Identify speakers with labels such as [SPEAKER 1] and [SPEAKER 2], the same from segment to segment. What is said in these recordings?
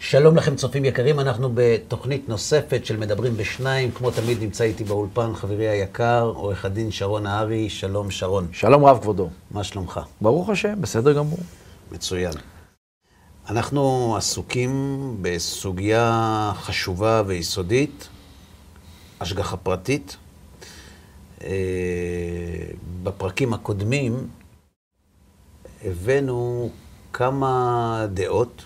[SPEAKER 1] שלום לכם צופים יקרים, אנחנו בתוכנית נוספת של מדברים בשניים. כמו תמיד נמצא איתי באולפן חברי היקר, עורך הדין שרון נהרי. שלום שרון.
[SPEAKER 2] שלום רב כבודו.
[SPEAKER 1] מה שלומך?
[SPEAKER 2] ברוך השם, בסדר גמור.
[SPEAKER 1] מצוין. אנחנו עסוקים בסוגיה חשובה ויסודית, השגחה פרטית. בפרקים הקודמים הבאנו כמה דעות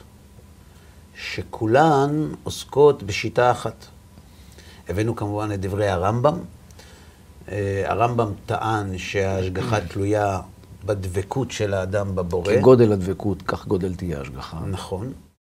[SPEAKER 1] שכולן עוסקות בשיטה אחת. הבאנו כמובן את דברי הרמב"ם. הרמב"ם טען שההשגחה תלויה בדבקות של האדם בבורא.
[SPEAKER 2] כגודל הדבקות, כך גודל תהיה השגחה.
[SPEAKER 1] נכון.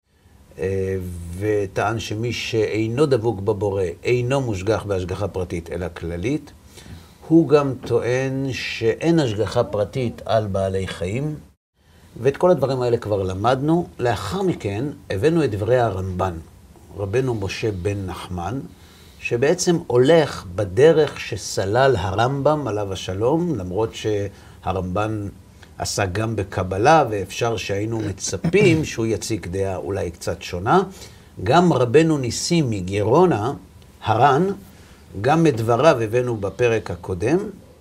[SPEAKER 1] וטען שמי שאינו דבוק בבורא, אינו מושגח בהשגחה פרטית, אלא כללית. הוא גם טוען שאין השגחה פרטית על בעלי חיים. ואת כל הדברים האלה כבר למדנו. לאחר מכן הבאנו את דברי הרמב"ן, רבנו משה בן נחמן, שבעצם הולך בדרך שסלל הרמב"ם עליו השלום, למרות שהרמב"ן עשה גם בקבלה, ואפשר שהיינו מצפים שהוא יציג דעה אולי קצת שונה. גם רבנו ניסים מגירונה, הר"ן, גם את דבריו הבאנו בפרק הקודם,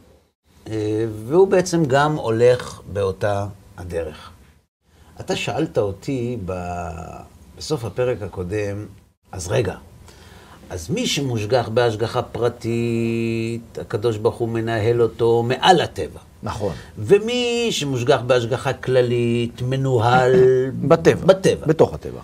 [SPEAKER 1] והוא בעצם גם הולך באותה הדרך. אתה שאלת אותי בסוף הפרק הקודם, אז רגע, אז מי שמושגח בהשגחה פרטית, הקדוש ברוך הוא מנהל אותו מעל הטבע.
[SPEAKER 2] נכון.
[SPEAKER 1] ומי שמושגח בהשגחה כללית, מנוהל
[SPEAKER 2] בטבע. בתוך הטבע.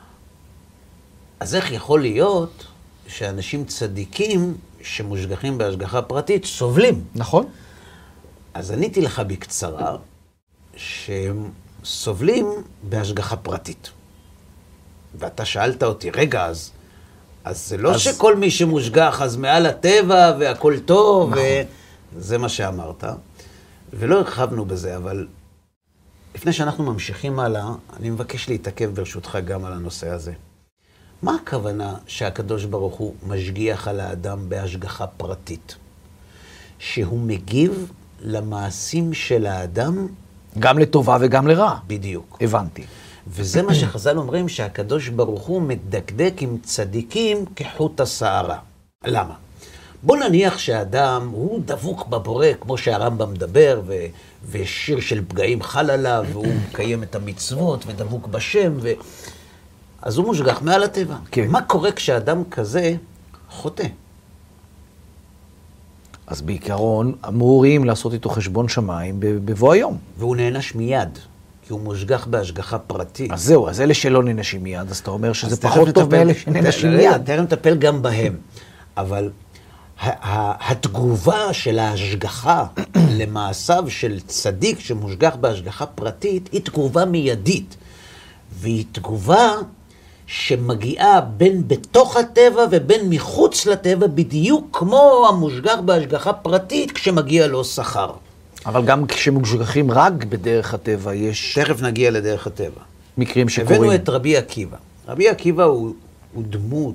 [SPEAKER 1] אז איך יכול להיות שאנשים צדיקים שמושגחים בהשגחה פרטית סובלים?
[SPEAKER 2] נכון. אז
[SPEAKER 1] עניתי לך בקצרה שהם סובלים בהשגחה פרטית. ואתה שאלת אותי, רגע, אז זה לא שכל מי שמושגח אז מעל הטבע והכל טוב, נכון. וזה מה שאמרת. ולא הרחבנו בזה, אבל לפני שאנחנו ממשיכים הלאה, אני מבקש להתעכב ברשותך גם על הנושא הזה. מה הכוונה שהקדוש ברוך הוא משגיח על האדם בהשגחה פרטית? שהוא מגיב למעשים של האדם
[SPEAKER 2] גם לטובה וגם לרע.
[SPEAKER 1] בדיוק.
[SPEAKER 2] הבנתי.
[SPEAKER 1] וזה מה שחז"ל אומרים, שהקדוש ברוך הוא מדקדק עם צדיקים כחוט השערה. למה? בוא נניח שהאדם הוא דבוק בבורא, כמו שהרמב"ם מדבר, ושיר של פגעים חל עליו, והוא מקיים את המצוות ודבוק בשם, אז הוא מושגח מעל הטבע.
[SPEAKER 2] כן.
[SPEAKER 1] מה קורה כשאדם כזה חוטא?
[SPEAKER 2] אז בעיקרון אמורים לעשות איתו חשבון שמיים בבוא היום.
[SPEAKER 1] והוא נענש מיד, כי הוא מושגח בהשגחה פרטית.
[SPEAKER 2] אז זהו, אז אלה שלא נענשים מיד, אז אתה אומר שזה פחות טוב מאלה שנענשים מיד.
[SPEAKER 1] תכף נטפל גם בהם. אבל התגובה של ההשגחה למעשיו של צדיק שמושגח בהשגחה פרטית, היא תגובה מיידית. והיא תגובה שמגיעה בין בתוך הטבע ובין מחוץ לטבע, בדיוק כמו המושגח בהשגחה פרטית כשמגיע לו שכר.
[SPEAKER 2] אבל גם כשמושגחים רק בדרך הטבע יש...
[SPEAKER 1] תכף נגיע לדרך הטבע.
[SPEAKER 2] מקרים שקורים.
[SPEAKER 1] הבאנו את רבי עקיבא. רבי עקיבא הוא דמות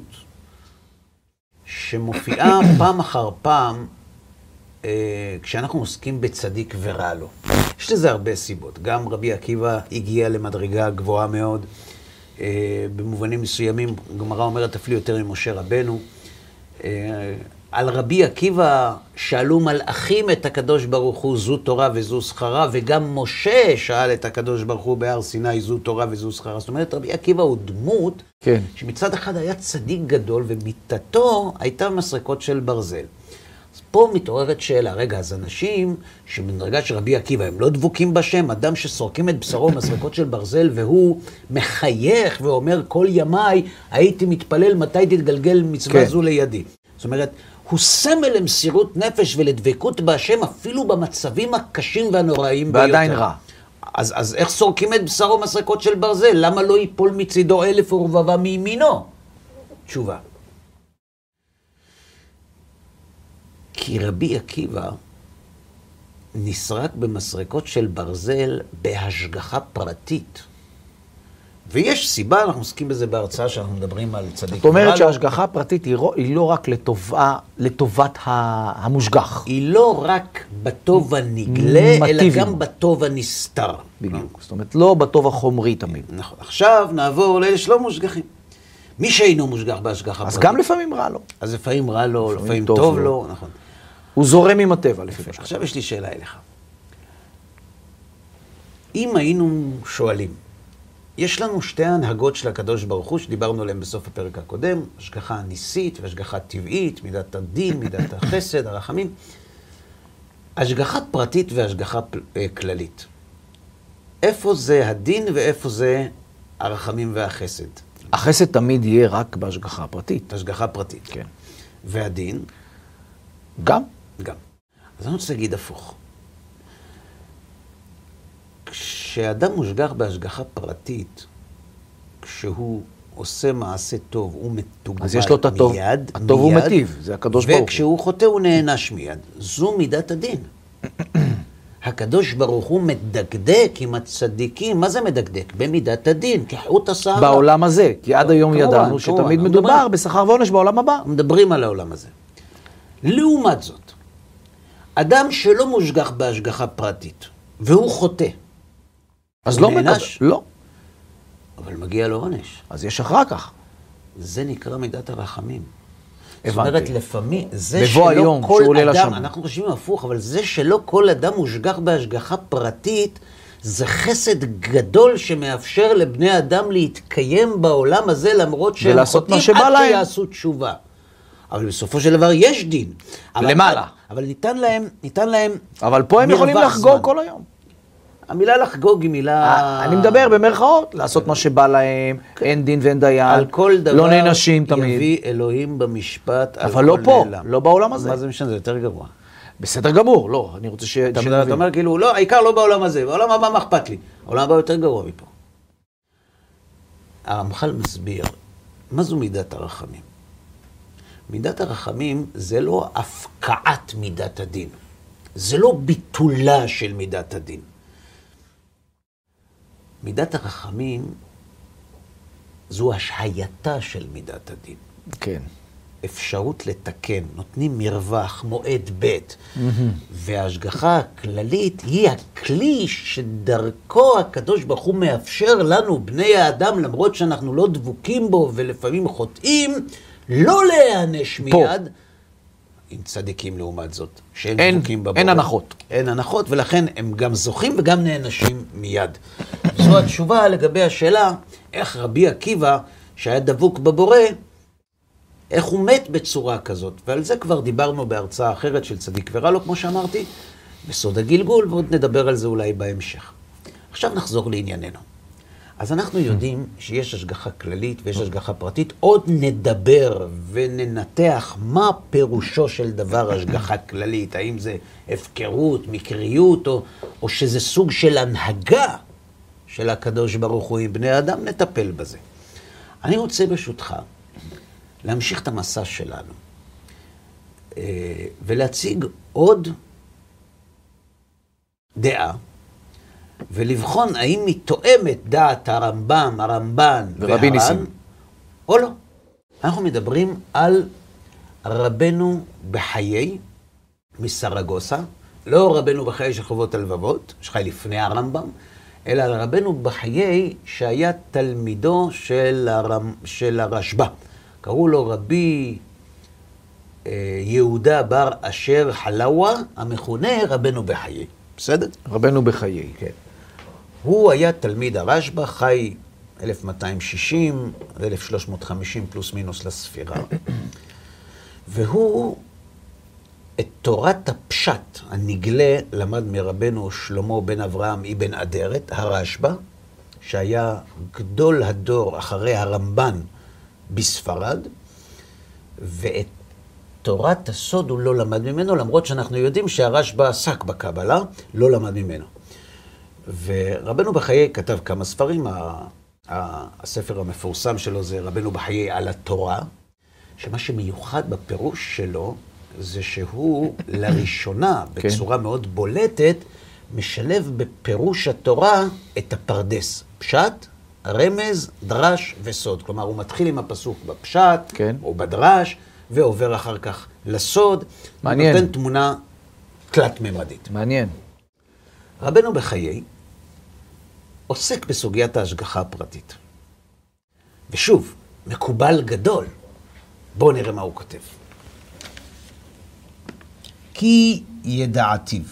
[SPEAKER 1] שמופיעה פעם אחר פעם כשאנחנו עוסקים בצדיק ורע לו. יש לזה הרבה סיבות. גם רבי עקיבא הגיע למדרגה גבוהה מאוד. במובנים מסוימים, גמרא אומרת אפילו יותר ממשה רבנו. על רבי עקיבא שאלו מלאכים את הקדוש ברוך הוא, זו תורה וזו שכרה, וגם משה שאל את הקדוש ברוך הוא בהר סיני, זו תורה וזו שכרה. זאת אומרת, רבי עקיבא הוא דמות,
[SPEAKER 2] כן.
[SPEAKER 1] שמצד אחד היה צדיק גדול, ומיטתו הייתה מסרקות של ברזל. אז פה מתעוררת שאלה, רגע, אז אנשים שמדרגה של רבי עקיבא, הם לא דבוקים בשם, אדם שסורקים את בשרו מסרקות של ברזל, והוא מחייך ואומר, כל ימיי הייתי מתפלל מתי תתגלגל מצווה זו לידי. זאת אומרת, הוא סמל למסירות נפש ולדבקות בהשם, אפילו במצבים הקשים והנוראים ביותר.
[SPEAKER 2] ועדיין רע.
[SPEAKER 1] אז איך סורקים את בשרו מסרקות של ברזל? למה לא ייפול מצידו 1000 ורבבה מימינו? תשובה. כי רבי עקיבא נסרק במסרקות של ברזל בהשגחה פרטית. ויש סיבה, אנחנו עוסקים בזה בהרצאה שאנחנו מדברים על צדיק.
[SPEAKER 2] זאת אומרת שההשגחה הפרטית היא לא רק לטובת המושגח.
[SPEAKER 1] היא לא רק בטוב הנגלה, אלא גם בטוב הנסתר.
[SPEAKER 2] בדיוק. זאת אומרת, לא בטוב החומרי תמיד.
[SPEAKER 1] נכון. עכשיו נעבור לאלה שלא מושגחים. מי שאינו מושגח בהשגחה
[SPEAKER 2] אז
[SPEAKER 1] פרטית.
[SPEAKER 2] גם לפעמים רע לו.
[SPEAKER 1] אז לפעמים רע לו, לפעמים טוב לו, נכון.
[SPEAKER 2] הוא זורם עם הטבע לפעמים.
[SPEAKER 1] עכשיו יש לי שאלה אליך. אם היינו שואלים, יש לנו שתי הנהגות של הקדוש ברוך הוא שדיברנו עליהן בסוף הפרק הקודם, השגחה ניסית והשגחה טבעית, מידת הדין, מידת החסד, הרחמים. השגחה פרטית והשגחה כללית. איפה זה הדין ואיפה זה הרחמים והחסד?
[SPEAKER 2] החסד תמיד יהיה רק בהשגחה הפרטית.
[SPEAKER 1] השגחה פרטית.
[SPEAKER 2] כן.
[SPEAKER 1] והדין?
[SPEAKER 2] גם.
[SPEAKER 1] גם. אז אני רוצה להגיד הפוך. כשאדם מושגח בהשגחה פרטית, כשהוא עושה מעשה טוב, הוא מתוגמל
[SPEAKER 2] אז יש לו את הטוב.
[SPEAKER 1] מיד,
[SPEAKER 2] הטוב הוא מטיב, זה הקדוש ברוך הוא.
[SPEAKER 1] וכשהוא חוטא הוא נענש מיד. זו מידת הדין. הקדוש ברוך הוא מדקדק עם הצדיקים. מה זה מדקדק? במידת הדין, כחוט השערה.
[SPEAKER 2] בעולם הזה, כי עד היום
[SPEAKER 1] כמובן,
[SPEAKER 2] ידענו שתמיד מדובר בשכר ועונש בעולם הבא.
[SPEAKER 1] מדברים על העולם הזה. לעומת זאת, אדם שלא מושגח בהשגחה פרטית, והוא חוטא,
[SPEAKER 2] אז
[SPEAKER 1] הוא
[SPEAKER 2] לא
[SPEAKER 1] נענש?
[SPEAKER 2] לא.
[SPEAKER 1] אבל מגיע לו עונש.
[SPEAKER 2] אז יש אחר כך.
[SPEAKER 1] זה נקרא מידת הרחמים. זאת
[SPEAKER 2] הבנתי.
[SPEAKER 1] אומרת, לפעמים, זה
[SPEAKER 2] בבוא
[SPEAKER 1] שלא
[SPEAKER 2] היום,
[SPEAKER 1] כל
[SPEAKER 2] שהוא עולה
[SPEAKER 1] אדם,
[SPEAKER 2] לשם.
[SPEAKER 1] אנחנו חושבים הפוך, אבל זה שלא כל אדם מושגח בהשגחה פרטית, זה חסד גדול שמאפשר לבני אדם להתקיים בעולם הזה, למרות שהם
[SPEAKER 2] ולעשות
[SPEAKER 1] חוטאים
[SPEAKER 2] מה שבא
[SPEAKER 1] עד
[SPEAKER 2] להם.
[SPEAKER 1] שיעשו תשובה. אבל בסופו של דבר יש דין.
[SPEAKER 2] למעלה.
[SPEAKER 1] אבל ניתן להם
[SPEAKER 2] אבל פה הם יכולים
[SPEAKER 1] מרווח
[SPEAKER 2] לחגוג
[SPEAKER 1] זמן.
[SPEAKER 2] כל היום.
[SPEAKER 1] המילה לחגוג היא מילה...
[SPEAKER 2] אני מדבר במרכאות, לעשות מה שבא להם, אין דין ואין דיין,
[SPEAKER 1] על כל דבר
[SPEAKER 2] לא נענשים תמיד.
[SPEAKER 1] יביא אלוהים במשפט על
[SPEAKER 2] אבל לא
[SPEAKER 1] כל
[SPEAKER 2] פה,
[SPEAKER 1] נעלם.
[SPEAKER 2] לא בעולם הזה.
[SPEAKER 1] מה זה משנה? זה יותר גרוע.
[SPEAKER 2] בסדר גמור, לא, אני רוצה
[SPEAKER 1] אתה אומר כאילו, לא, העיקר לא בעולם הזה, בעולם הבא מה אכפת לי? העולם הבא יותר גרוע מפה. הרמח"ל מסביר, מה זו מידת הרחמים? מידת הרחמים זה לא הפקעת מידת הדין. זה לא ביטולה של מידת הדין. מידת הרחמים זו השהייתה של מידת הדין.
[SPEAKER 2] כן.
[SPEAKER 1] אפשרות לתקן, נותנים מרווח, מועד ב' וההשגחה הכללית היא הכלי שדרכו הקדוש ברוך הוא מאפשר לנו, בני האדם, למרות שאנחנו לא דבוקים בו ולפעמים חוטאים, לא להיענש מיד, עם צדיקים לעומת זאת, שאין דבוקים בבורא.
[SPEAKER 2] אין הנחות.
[SPEAKER 1] אין הנחות, ולכן הם גם זוכים וגם נענשים מיד. זו התשובה לגבי השאלה, איך רבי עקיבא, שהיה דבוק בבורא, איך הוא מת בצורה כזאת. ועל זה כבר דיברנו בהרצאה אחרת של צדיק ורע לו, כמו שאמרתי, בסוד הגלגול, ועוד נדבר על זה אולי בהמשך. עכשיו נחזור לענייננו. אז אנחנו יודעים שיש השגחה כללית ויש השגחה פרטית. עוד נדבר וננתח מה פירושו של דבר השגחה כללית. האם זה הפקרות, מקריות, או שזה סוג של הנהגה של הקדוש ברוך הוא עם בני אדם, נטפל בזה. אני רוצה ברשותך להמשיך את המסע שלנו ולהציג עוד דעה, ולבחון האם היא תואמת דעת הרמב"ם, הרמב"ן
[SPEAKER 2] ורבי ניסים
[SPEAKER 1] או לא. אנחנו מדברים על רבנו בחיי מסרגוסה, לא רבנו בחיי של חובות הלבבות, שחי לפני הרמב"ם, אלא על רבנו בחיי שהיה תלמידו של הרשב"א. קראו לו רבי יהודה בר אשר חלאווה, המכונה רבנו בחיי. בסדר?
[SPEAKER 2] רבנו בחיי.
[SPEAKER 1] כן. הוא היה תלמיד הרשב"א, חי 1260, 1350 פלוס מינוס לספירה. והוא את תורת הפשט הנגלה למד מרבנו שלמה בן אברהם אבן אדרת, הרשב"א, שהיה גדול הדור אחרי הרמב"ן בספרד, ואת תורת הסוד הוא לא למד ממנו, למרות שאנחנו יודעים שהרשב"א עסק בקבלה, לא למד ממנו. ורבנו בחיי כתב כמה ספרים, הספר המפורסם שלו זה רבנו בחיי על התורה, שמה שמיוחד בפירוש שלו, זה שהוא לראשונה, בצורה מאוד בולטת, משלב בפירוש התורה את הפרדס. פשט, רמז, דרש וסוד. כלומר, הוא מתחיל עם הפסוק בפשט, או בדרש, ועובר אחר כך לסוד.
[SPEAKER 2] מעניין.
[SPEAKER 1] נותן תמונה תלת ממדית.
[SPEAKER 2] מעניין.
[SPEAKER 1] רבנו בחיי עוסק בסוגיית ההשגחה הפרטית. ושוב, מקובל גדול. בואו נראה מה הוא כותב. כי ידעתיו.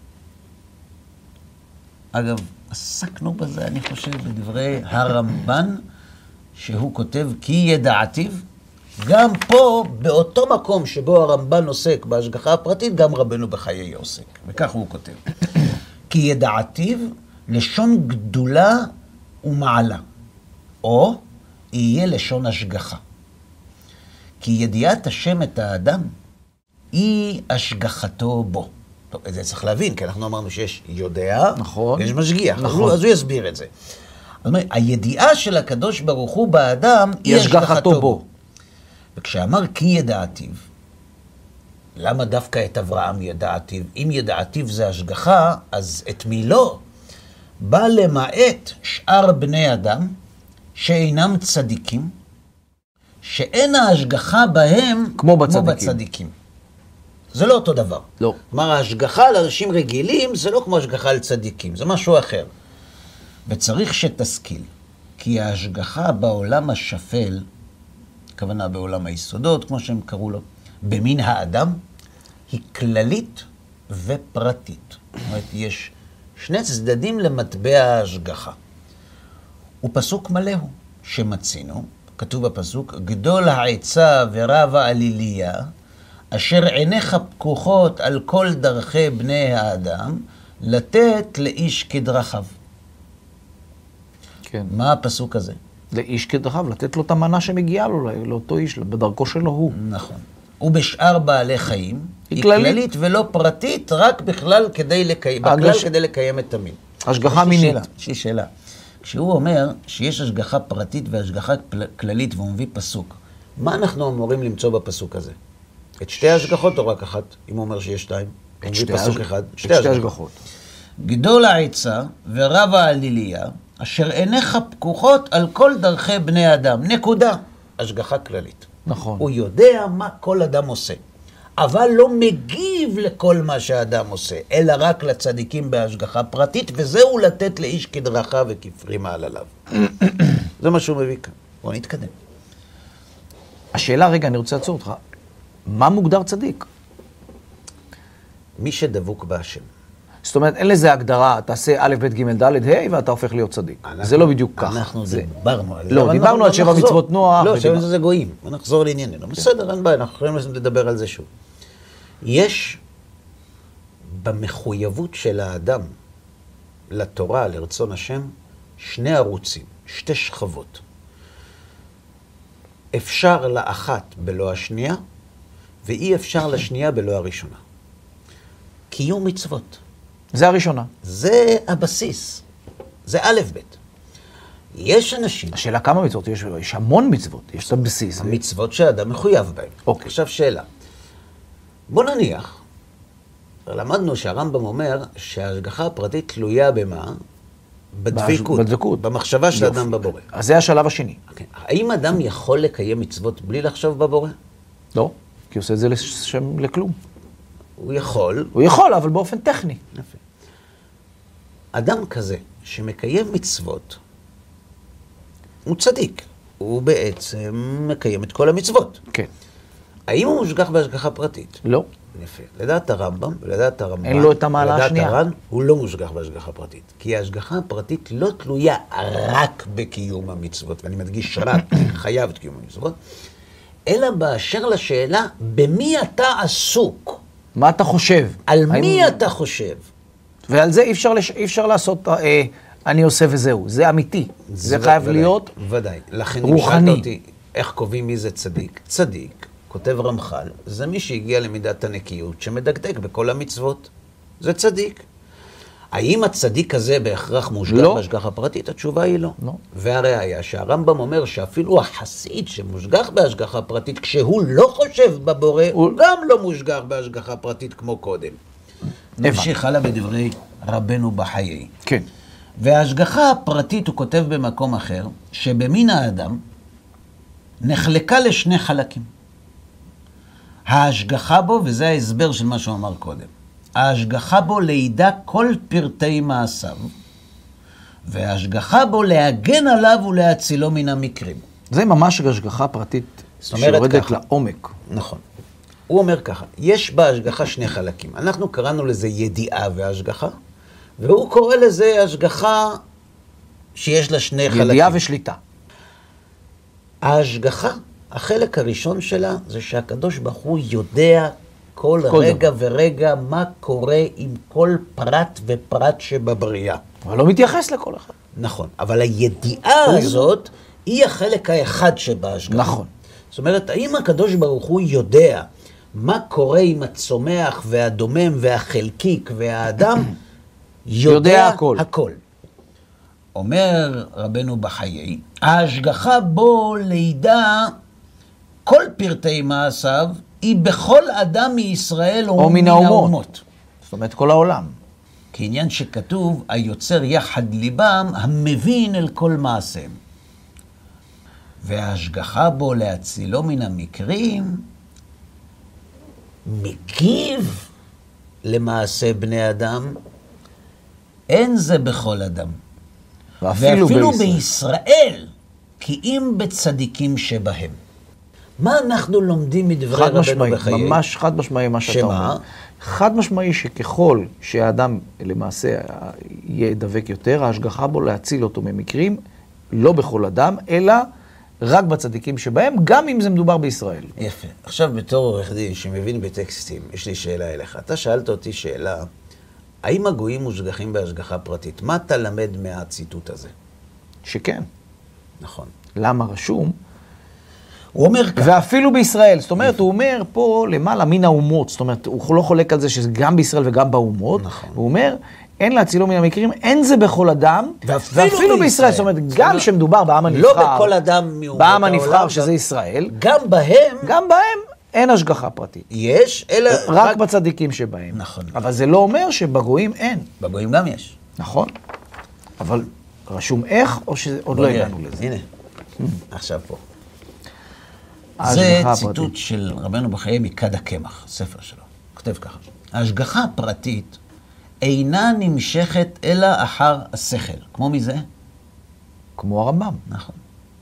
[SPEAKER 1] אגב, עסקנו בזה, אני חושב, בדברי הרמב"ן, שהוא כותב כי ידעתיו. גם פה, באותו מקום שבו הרמב"ן עוסק בהשגחה הפרטית, גם רבנו בחיי עוסק. וכך הוא כותב. כי ידעתיו לשון גדולה ומעלה, או יהיה לשון השגחה. כי ידיעת השם את האדם היא השגחתו בו. טוב, את זה צריך להבין, כי אנחנו אמרנו שיש יודע,
[SPEAKER 2] נכון.
[SPEAKER 1] ויש משגיח.
[SPEAKER 2] נכון.
[SPEAKER 1] אז הוא יסביר את זה. זאת אומרת, הידיעה של הקדוש ברוך הוא באדם היא השגחתו בו. וכשאמר כי ידעתיו, למה דווקא את אברהם ידעתיו? אם ידעתיו זה השגחה, אז את מי לא? בא למעט שאר בני אדם שאינם צדיקים, שאין ההשגחה בהם
[SPEAKER 2] כמו
[SPEAKER 1] בצדיקים. זה לא אותו דבר.
[SPEAKER 2] לא.
[SPEAKER 1] כלומר, ההשגחה על אנשים רגילים זה לא כמו השגחה על צדיקים, זה משהו אחר. וצריך שתשכיל, כי ההשגחה בעולם השפל, הכוונה בעולם היסודות, כמו שהם קראו לו, במין האדם, היא כללית ופרטית. זאת אומרת, יש שני צדדים למטבע ההשגחה. ופסוק מלא הוא, שמצינו, כתוב בפסוק, גדול העצה ורב העליליה, אשר עיניך פקוחות על כל דרכי בני האדם, לתת לאיש כדרכיו.
[SPEAKER 2] כן.
[SPEAKER 1] מה הפסוק הזה?
[SPEAKER 2] לאיש כדרכיו, לתת לו את המנה שמגיעה לו, לאותו איש, בדרכו שלו הוא.
[SPEAKER 1] נכון. ובשאר בעלי חיים,
[SPEAKER 2] היא
[SPEAKER 1] כללית ולא פרטית, רק בכלל כדי לקיים את המין.
[SPEAKER 2] השגחה מינית.
[SPEAKER 1] יש לי שאלה. כשהוא אומר שיש השגחה פרטית והשגחה כללית, והוא מביא פסוק, מה אנחנו אמורים למצוא בפסוק הזה? את שתי ההשגחות או רק אחת? אם הוא אומר שיש שתיים, הוא מביא פסוק אחד.
[SPEAKER 2] את שתי השגחות.
[SPEAKER 1] גדול העצה ורב העליליה, אשר עיניך פקוחות על כל דרכי בני אדם. נקודה. השגחה כללית.
[SPEAKER 2] נכון.
[SPEAKER 1] הוא יודע מה כל אדם עושה, אבל לא מגיב לכל מה שהאדם עושה, אלא רק לצדיקים בהשגחה פרטית, וזהו לתת לאיש כדרכיו וכפרי מעלליו. זה מה שהוא מביא כאן. בוא נתקדם.
[SPEAKER 2] השאלה, רגע, אני רוצה לעצור אותך. מה מוגדר צדיק?
[SPEAKER 1] מי שדבוק בהשם.
[SPEAKER 2] זאת אומרת, אין לזה הגדרה, תעשה א', ב', ג', ד', ה', ואתה הופך להיות צדיק. זה לא בדיוק ככה.
[SPEAKER 1] אנחנו דיברנו על זה.
[SPEAKER 2] לא, דיברנו על 7 מצוות נוח.
[SPEAKER 1] לא, 7 זה גויים. נחזור לענייננו. בסדר, אין בעיה, אנחנו יכולים לדבר על זה שוב. יש במחויבות של האדם לתורה, לרצון השם, שני ערוצים, שתי שכבות. אפשר לאחת בלא השנייה, ואי אפשר לשנייה בלא הראשונה. קיום מצוות.
[SPEAKER 2] זה הראשונה.
[SPEAKER 1] זה הבסיס. זה א' ב'. יש אנשים...
[SPEAKER 2] השאלה כמה מצוות? יש המון מצוות. יש את הבסיס.
[SPEAKER 1] המצוות שהאדם מחויב בהן.
[SPEAKER 2] אוקיי.
[SPEAKER 1] עכשיו שאלה. בוא נניח, למדנו שהרמב"ם אומר שההשגחה הפרטית תלויה במה? בדבקות.
[SPEAKER 2] בדבקות.
[SPEAKER 1] במחשבה של האדם בבורא.
[SPEAKER 2] אז זה השלב השני.
[SPEAKER 1] אוקיי. האם אדם יכול לקיים מצוות בלי לחשוב בבורא?
[SPEAKER 2] לא, כי הוא עושה את זה לכלום.
[SPEAKER 1] הוא יכול.
[SPEAKER 2] הוא יכול, אבל באופן טכני.
[SPEAKER 1] יפה. אדם כזה שמקיים מצוות, הוא צדיק. הוא בעצם מקיים את כל המצוות.
[SPEAKER 2] כן.
[SPEAKER 1] האם הוא מושגח בהשגחה פרטית?
[SPEAKER 2] לא.
[SPEAKER 1] יפה. לדעת הרמב"ם ולדעת הרמב"ן,
[SPEAKER 2] אין לו את המעלה השנייה.
[SPEAKER 1] ולדעת הר"ן, הוא לא מושגח בהשגחה פרטית. כי ההשגחה הפרטית לא תלויה רק בקיום המצוות, ואני מדגיש רק, חייב את קיום המצוות, אלא באשר לשאלה, במי אתה עסוק?
[SPEAKER 2] מה אתה חושב?
[SPEAKER 1] על מי אתה חושב?
[SPEAKER 2] ועל זה אי אפשר לעשות, אני עושה וזהו. זה אמיתי. זה חייב להיות
[SPEAKER 1] ודאי. לכן
[SPEAKER 2] רוחני.
[SPEAKER 1] שאלת אותי, איך קובעים מי זה צדיק? צדיק, כותב רמח"ל, זה מי שהגיע למידת הנקיות, שמדקדק בכל המצוות. זה צדיק. האם הצדיק הזה בהכרח מושגח בהשגחה פרטית? התשובה היא לא.
[SPEAKER 2] לא.
[SPEAKER 1] והראיה שהרמב"ם אומר שאפילו החסיד שמושגח בהשגחה פרטית, כשהוא לא חושב בבורא, הוא גם לא מושגח בהשגחה פרטית כמו קודם. נמשיך הלאה בדברי רבנו בחיי.
[SPEAKER 2] כן.
[SPEAKER 1] וההשגחה הפרטית, הוא כותב במקום אחר, שבמין האדם נחלקה לשני חלקים. ההשגחה בו, וזה ההסבר של מה שהוא אמר קודם, ההשגחה בו לידע כל פרטי מעשיו, וההשגחה בו להגן עליו ולהצילו מן המקרים.
[SPEAKER 2] זה ממש השגחה פרטית שיורדת לעומק.
[SPEAKER 1] נכון. הוא אומר ככה, יש בהשגחה שני חלקים. אנחנו קראנו לזה ידיעה והשגחה, והוא קורא לזה השגחה שיש לה שני חלקים.
[SPEAKER 2] ידיעה ושליטה.
[SPEAKER 1] ההשגחה, החלק הראשון שלה, זה שהקדוש ברוך הוא יודע כל רגע ורגע מה קורה עם כל פרט ופרט שבבריאה.
[SPEAKER 2] אבל לא מתייחס לכל אחד.
[SPEAKER 1] נכון, אבל הידיעה הזאת היא החלק האחד שבהשגחה.
[SPEAKER 2] נכון.
[SPEAKER 1] זאת אומרת, האם הקדוש ברוך הוא יודע מה קורה עם הצומח והדומם והחלקיק והאדם? יודע הכל. אומר רבנו בחיי, ההשגחה בו לידע כל פרטי מעשיו היא בכל אדם מישראל או מן האומות.
[SPEAKER 2] זאת אומרת, כל העולם.
[SPEAKER 1] כעניין שכתוב, היוצר יחד ליבם, המבין אל כל מעשיהם. וההשגחה בו להצילו מן המקרים, מגיב למעשה בני אדם, אין זה בכל אדם. ואפילו בישראל, כי אם בצדיקים שבהם. מה אנחנו לומדים מדברי רבנו בחיי?
[SPEAKER 2] ממש חד משמעי מה שאתה אומר. חד משמעי שככל שהאדם למעשה יהיה דבק יותר, ההשגחה בו להציל אותו ממקרים, לא בכל אדם, אלא רק בצדיקים שבהם, גם אם זה מדובר בישראל.
[SPEAKER 1] יפה. עכשיו בתור עורך דין שמבין בטקסטים, יש לי שאלה אליך. אתה שאלת אותי שאלה, האם הגויים מושגחים בהשגחה פרטית? מה אתה למד מהציטוט הזה?
[SPEAKER 2] שכן.
[SPEAKER 1] נכון.
[SPEAKER 2] למה רשום?
[SPEAKER 1] הוא אומר כך.
[SPEAKER 2] ואפילו בישראל. זאת אומרת, הוא אומר פה למעלה מן האומות. זאת אומרת, הוא לא חולק על זה שזה גם בישראל וגם באומות.
[SPEAKER 1] נכון.
[SPEAKER 2] הוא אומר, אין להצילו מן המקרים, אין זה בכל אדם. ואפילו בישראל. זאת אומרת, גם שמדובר בעם הנבחר.
[SPEAKER 1] לא בכל אדם מאומות
[SPEAKER 2] בעם הנבחר שזה ישראל.
[SPEAKER 1] גם בהם
[SPEAKER 2] אין השגחה פרטית.
[SPEAKER 1] יש, אלא
[SPEAKER 2] רק בצדיקים שבהם.
[SPEAKER 1] נכון.
[SPEAKER 2] אבל זה לא אומר שבגויים אין.
[SPEAKER 1] בגויים גם יש.
[SPEAKER 2] נכון. אבל רשום איך, או שעוד לא הגענו לזה?
[SPEAKER 1] הנה, עכשיו פה. זה ציטוט של רבנו בחיי מכד הקמח, ספר שלו. כותב ככה. ההשגחה הפרטית אינה נמשכת אלא אחר השכל. כמו מי זה?
[SPEAKER 2] כמו הרמב"ם.
[SPEAKER 1] נכון.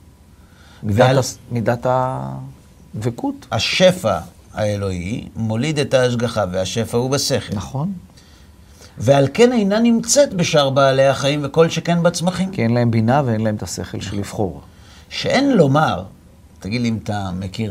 [SPEAKER 2] מידת הדבקות.
[SPEAKER 1] השפע האלוהי מוליד את ההשגחה, והשפע הוא בשכל.
[SPEAKER 2] נכון.
[SPEAKER 1] ועל כן אינה נמצאת בשאר בעלי החיים וכל שכן בצמחים.
[SPEAKER 2] כי אין להם בינה ואין להם את השכל של לבחור.
[SPEAKER 1] שאין לומר, תגיד לי אם אתה מכיר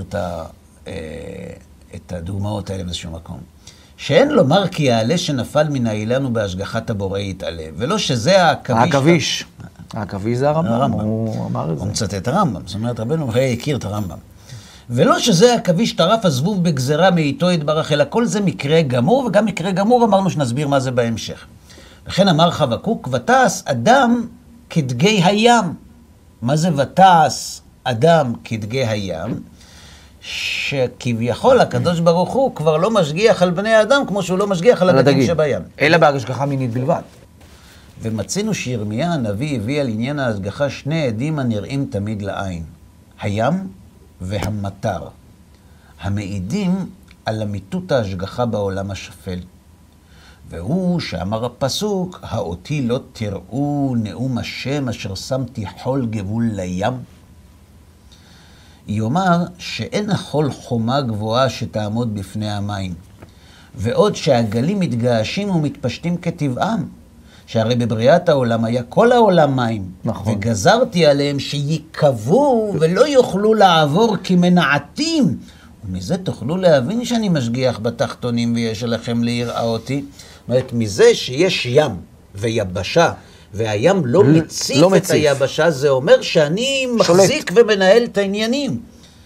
[SPEAKER 1] את הדוגמאות האלה באיזשהו מקום, שאין לומר כי העלה שנפל מן האילן הוא בהשגחת הבורא יתעלה, ולא שזה העכביש.
[SPEAKER 2] העכביש זה הרמב"ם, הוא אמר את זה.
[SPEAKER 1] הוא מצטט את הרמב"ם, זאת אומרת רבנו בחיי הכיר את הרמב"ם. ולא שזה העכביש טרף הזבוב בגזרה מאיתו יתברך, אלא כל זה מקרה גמור, וגם מקרה גמור אמרנו שנסביר מה זה בהמשך. וכן אמר חבקוק, ותעש אדם כדגי הים. מה זה ותעש אדם כדגי הים? שכביכול הקדוש ברוך הוא כבר לא משגיח על בני האדם כמו שהוא לא משגיח על הדגים שבים.
[SPEAKER 2] אלא בהשגחה מינית בלבד.
[SPEAKER 1] ומצינו שירמיה הנביא הביא על עניין ההשגחה שני עדים הנראים תמיד לעין. הים והמטר. המעידים על אמיתות ההשגחה בעולם השפל. והוא שאמר הפסוק, האותי לא תראו נאום השם אשר שמתי חול גבול לים. יאמר שאין החול חומה גבוהה שתעמוד בפני המים. ועוד שהגלים מתגעשים ומתפשטים כטבעם. שהרי בבריאת העולם היה כל העולם מים.
[SPEAKER 2] נכון.
[SPEAKER 1] וגזרתי עליהם שיקבו ולא יוכלו לעבור כמנעתים. ומזה תוכלו להבין שאני משגיח בתחתונים ויש לכם ליראה אותי. זאת אומרת, מזה שיש ים ויבשה, והים לא מציף את היבשה, זה אומר שאני מחזיק ומנהל את העניינים.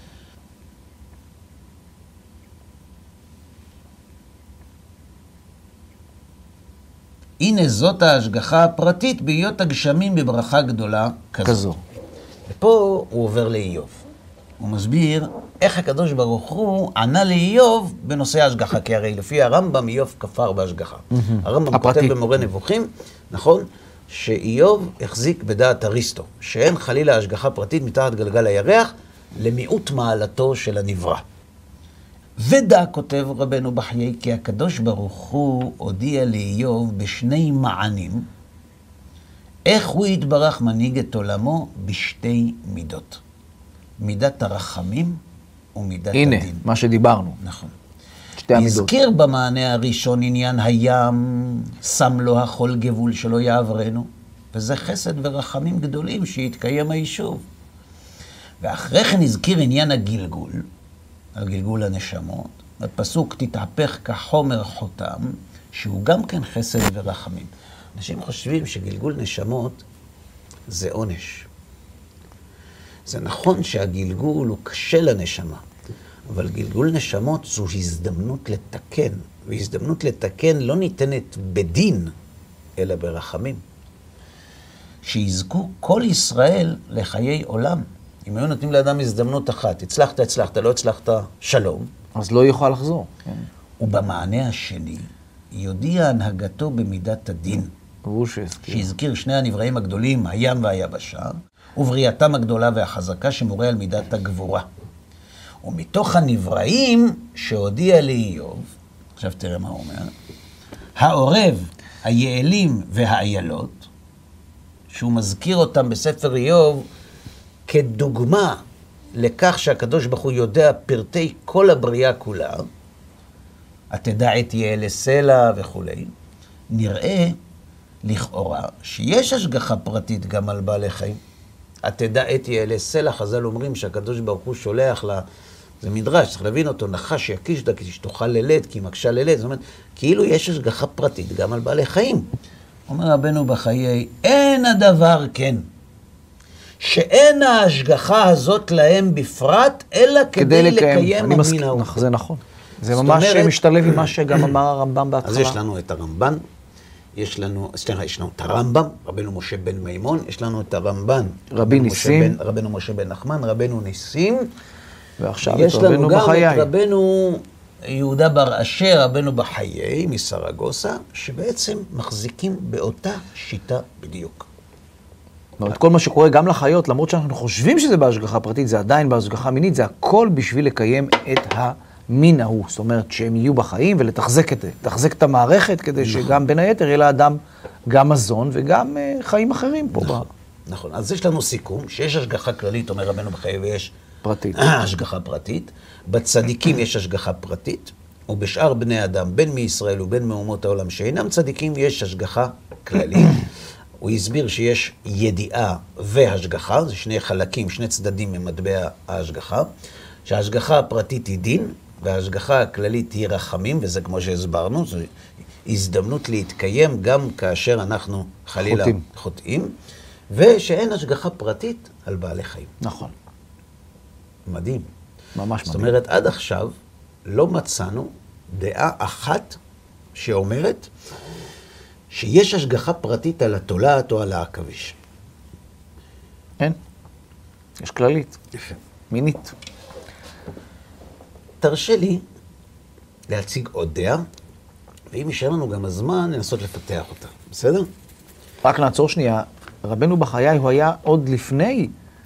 [SPEAKER 1] הנה זאת ההשגחה הפרטית בהיות הגשמים בברכה גדולה כזו. ופה הוא עובר לאיוב. הוא מסביר איך הקדוש ברוך הוא ענה לאיוב בנושא ההשגחה, כי הרי לפי הרמב"ם איוב כפר בהשגחה. הרמב"ם כותב במורה נבוכים, נכון? שאיוב החזיק בדעת אריסטו, שאין חלילה השגחה פרטית מתחת גלגל הירח למיעוט מעלתו של הנברא. ודע, כותב רבנו בחיי, כי הקדוש ברוך הוא הודיע לאיוב בשני מענים, איך הוא יתברך מנהיג את עולמו בשתי מידות. מידת הרחמים ומידת
[SPEAKER 2] הנה,
[SPEAKER 1] הדין.
[SPEAKER 2] הנה, מה שדיברנו.
[SPEAKER 1] נכון.
[SPEAKER 2] שתי המידות.
[SPEAKER 1] הזכיר במענה הראשון עניין הים, שם לו החול גבול שלא יעברנו, וזה חסד ורחמים גדולים שיתקיים היישוב. ואחרי כן הזכיר עניין הגלגול, הגלגול הנשמות, בפסוק תתהפך כחומר חותם, שהוא גם כן חסד ורחמים. אנשים חושבים שגלגול נשמות זה עונש. זה נכון שהגלגול הוא קשה לנשמה, אבל גלגול נשמות זו הזדמנות לתקן, והזדמנות לתקן לא ניתנת בדין, אלא ברחמים. שיזכו כל ישראל לחיי עולם. אם היו נותנים לאדם הזדמנות אחת, הצלחת, לא הצלחת, שלום.
[SPEAKER 2] אז לא יוכל לחזור. כן.
[SPEAKER 1] ובמענה השני, יודיע הנהגתו במידת הדין.
[SPEAKER 2] ברור שהזכיר.
[SPEAKER 1] שהזכיר שני הנבראים הגדולים, הים והיבשה, ובריאתם הגדולה והחזקה שמורה על מידת הגבורה. ומתוך הנבראים שהודיע לאיוב, עכשיו תראה מה הוא אומר, העורב, היעלים והאיילות, שהוא מזכיר אותם בספר איוב כדוגמה לכך שהקדוש ברוך הוא יודע פרטי כל הבריאה כולה, התדע את יעלי סלע וכו', נראה לכאורה שיש השגחה פרטית גם על בעלי חיים. התדע את יעלי סלע, חז"ל אומרים שהקדוש ברוך הוא שולח לה, זה מדרש, צריך להבין אותו, נחש יקיש דה כדי שתוכל ללד, כי היא מקשה ללד, זאת אומרת, כאילו יש השגחה פרטית גם על בעלי חיים. אומר רבנו בחיי, אין הדבר כן, שאין ההשגחה הזאת להם בפרט, אלא כדי לקיים המין ההוא.
[SPEAKER 2] זה נכון. זה ממש משתלב עם מה שגם אמר הרמב"ם בהתחלה.
[SPEAKER 1] אז יש לנו את הרמב"ן, יש לנו את הרמב"ם, רבנו משה בן מימון, יש לנו את הרמב"ן, רבנו משה בן נחמן, רבנו ניסים,
[SPEAKER 2] ועכשיו את רבנו בחיי.
[SPEAKER 1] יש לנו גם את רבנו יהודה בר אשר, רבנו בחיי, מסרגוסה, שבעצם מחזיקים באותה שיטה בדיוק.
[SPEAKER 2] את כל מה שקורה גם לחיות, למרות שאנחנו חושבים שזה בהשגחה פרטית, זה עדיין בהשגחה מינית, זה הכל בשביל לקיים את המין ההוא. זאת אומרת, שהם יהיו בחיים ולתחזק את זה, לתחזק את המערכת, כדי שגם בין היתר יהיה לאדם גם מזון וגם חיים אחרים פה.
[SPEAKER 1] נכון, נכון. אז יש לנו סיכום, שיש השגחה כללית, אומר רבנו בחיי, ויש
[SPEAKER 2] פרטית.
[SPEAKER 1] השגחה פרטית. בצדיקים יש השגחה פרטית, ובשאר בני אדם, בין מישראל ובין מאומות העולם שאינם צדיקים, יש השגחה כללית. הוא הסביר שיש ידיעה והשגחה, זה שני חלקים, שני צדדים ממטבע ההשגחה, שההשגחה הפרטית היא דין, וההשגחה הכללית היא רחמים, וזה כמו שהסברנו, זו הזדמנות להתקיים גם כאשר אנחנו חלילה חוטאים, ושאין השגחה פרטית על בעלי חיים.
[SPEAKER 2] נכון.
[SPEAKER 1] מדהים.
[SPEAKER 2] ממש מדהים.
[SPEAKER 1] זאת אומרת, עד עכשיו לא מצאנו דעה אחת שאומרת שיש השגחה פרטית על התולעת או על העכביש.
[SPEAKER 2] אין. יש כללית.
[SPEAKER 1] יפה.
[SPEAKER 2] מינית.
[SPEAKER 1] תרשה לי להציג עוד דעה, ואם יישאר לנו גם הזמן, לנסות לפתח אותה. בסדר?
[SPEAKER 2] רק נעצור שנייה. רבנו בחיי הוא היה עוד לפני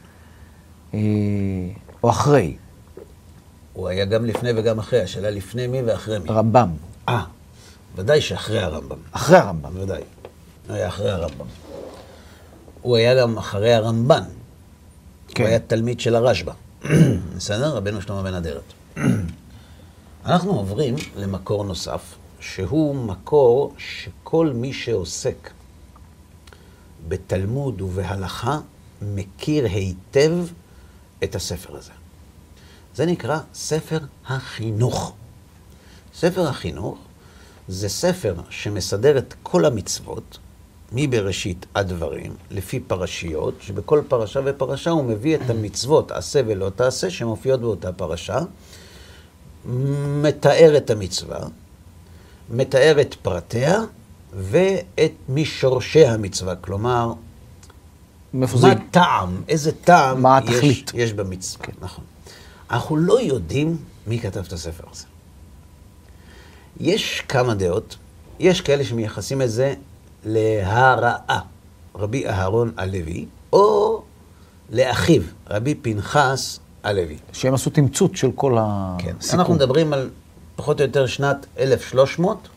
[SPEAKER 2] או אחרי?
[SPEAKER 1] הוא היה גם לפני וגם אחרי. השאלה לפני מי ואחרי מי.
[SPEAKER 2] רמב"ם.
[SPEAKER 1] ודאי שאחרי הרמב"ם.
[SPEAKER 2] אחרי הרמב"ם.
[SPEAKER 1] ודאי. הוא היה אחרי הרמב"ם. הוא היה גם אחרי הרמב"ן. כן. הוא היה תלמיד של הרשב"א. בסדר? רבנו שלמה בן אדרת. אנחנו עוברים למקור נוסף, שהוא מקור שכל מי שעוסק בתלמוד ובהלכה מכיר היטב את הספר הזה. זה נקרא ספר החינוך. ספר החינוך זה ספר שמסדר את כל המצוות, מבראשית עד דברים, לפי פרשיות, שבכל פרשה ופרשה הוא מביא את המצוות, עשה ולא תעשה, שמופיעות באותה פרשה, מתאר את המצווה, מתאר את פרטיה, ואת משורשי המצווה, כלומר, מה טעם, איזה טעם יש במצווה. נכון. אנחנו לא יודעים מי כתב את הספר הזה. יש כמה דעות, יש כאלה שמייחסים את זה להראה, רבי אהרון הלוי, או לאחיו, רבי פנחס הלוי.
[SPEAKER 2] שהם עשו תמצות של כל הסיכום.
[SPEAKER 1] כן, אנחנו מדברים על פחות או יותר שנת 1300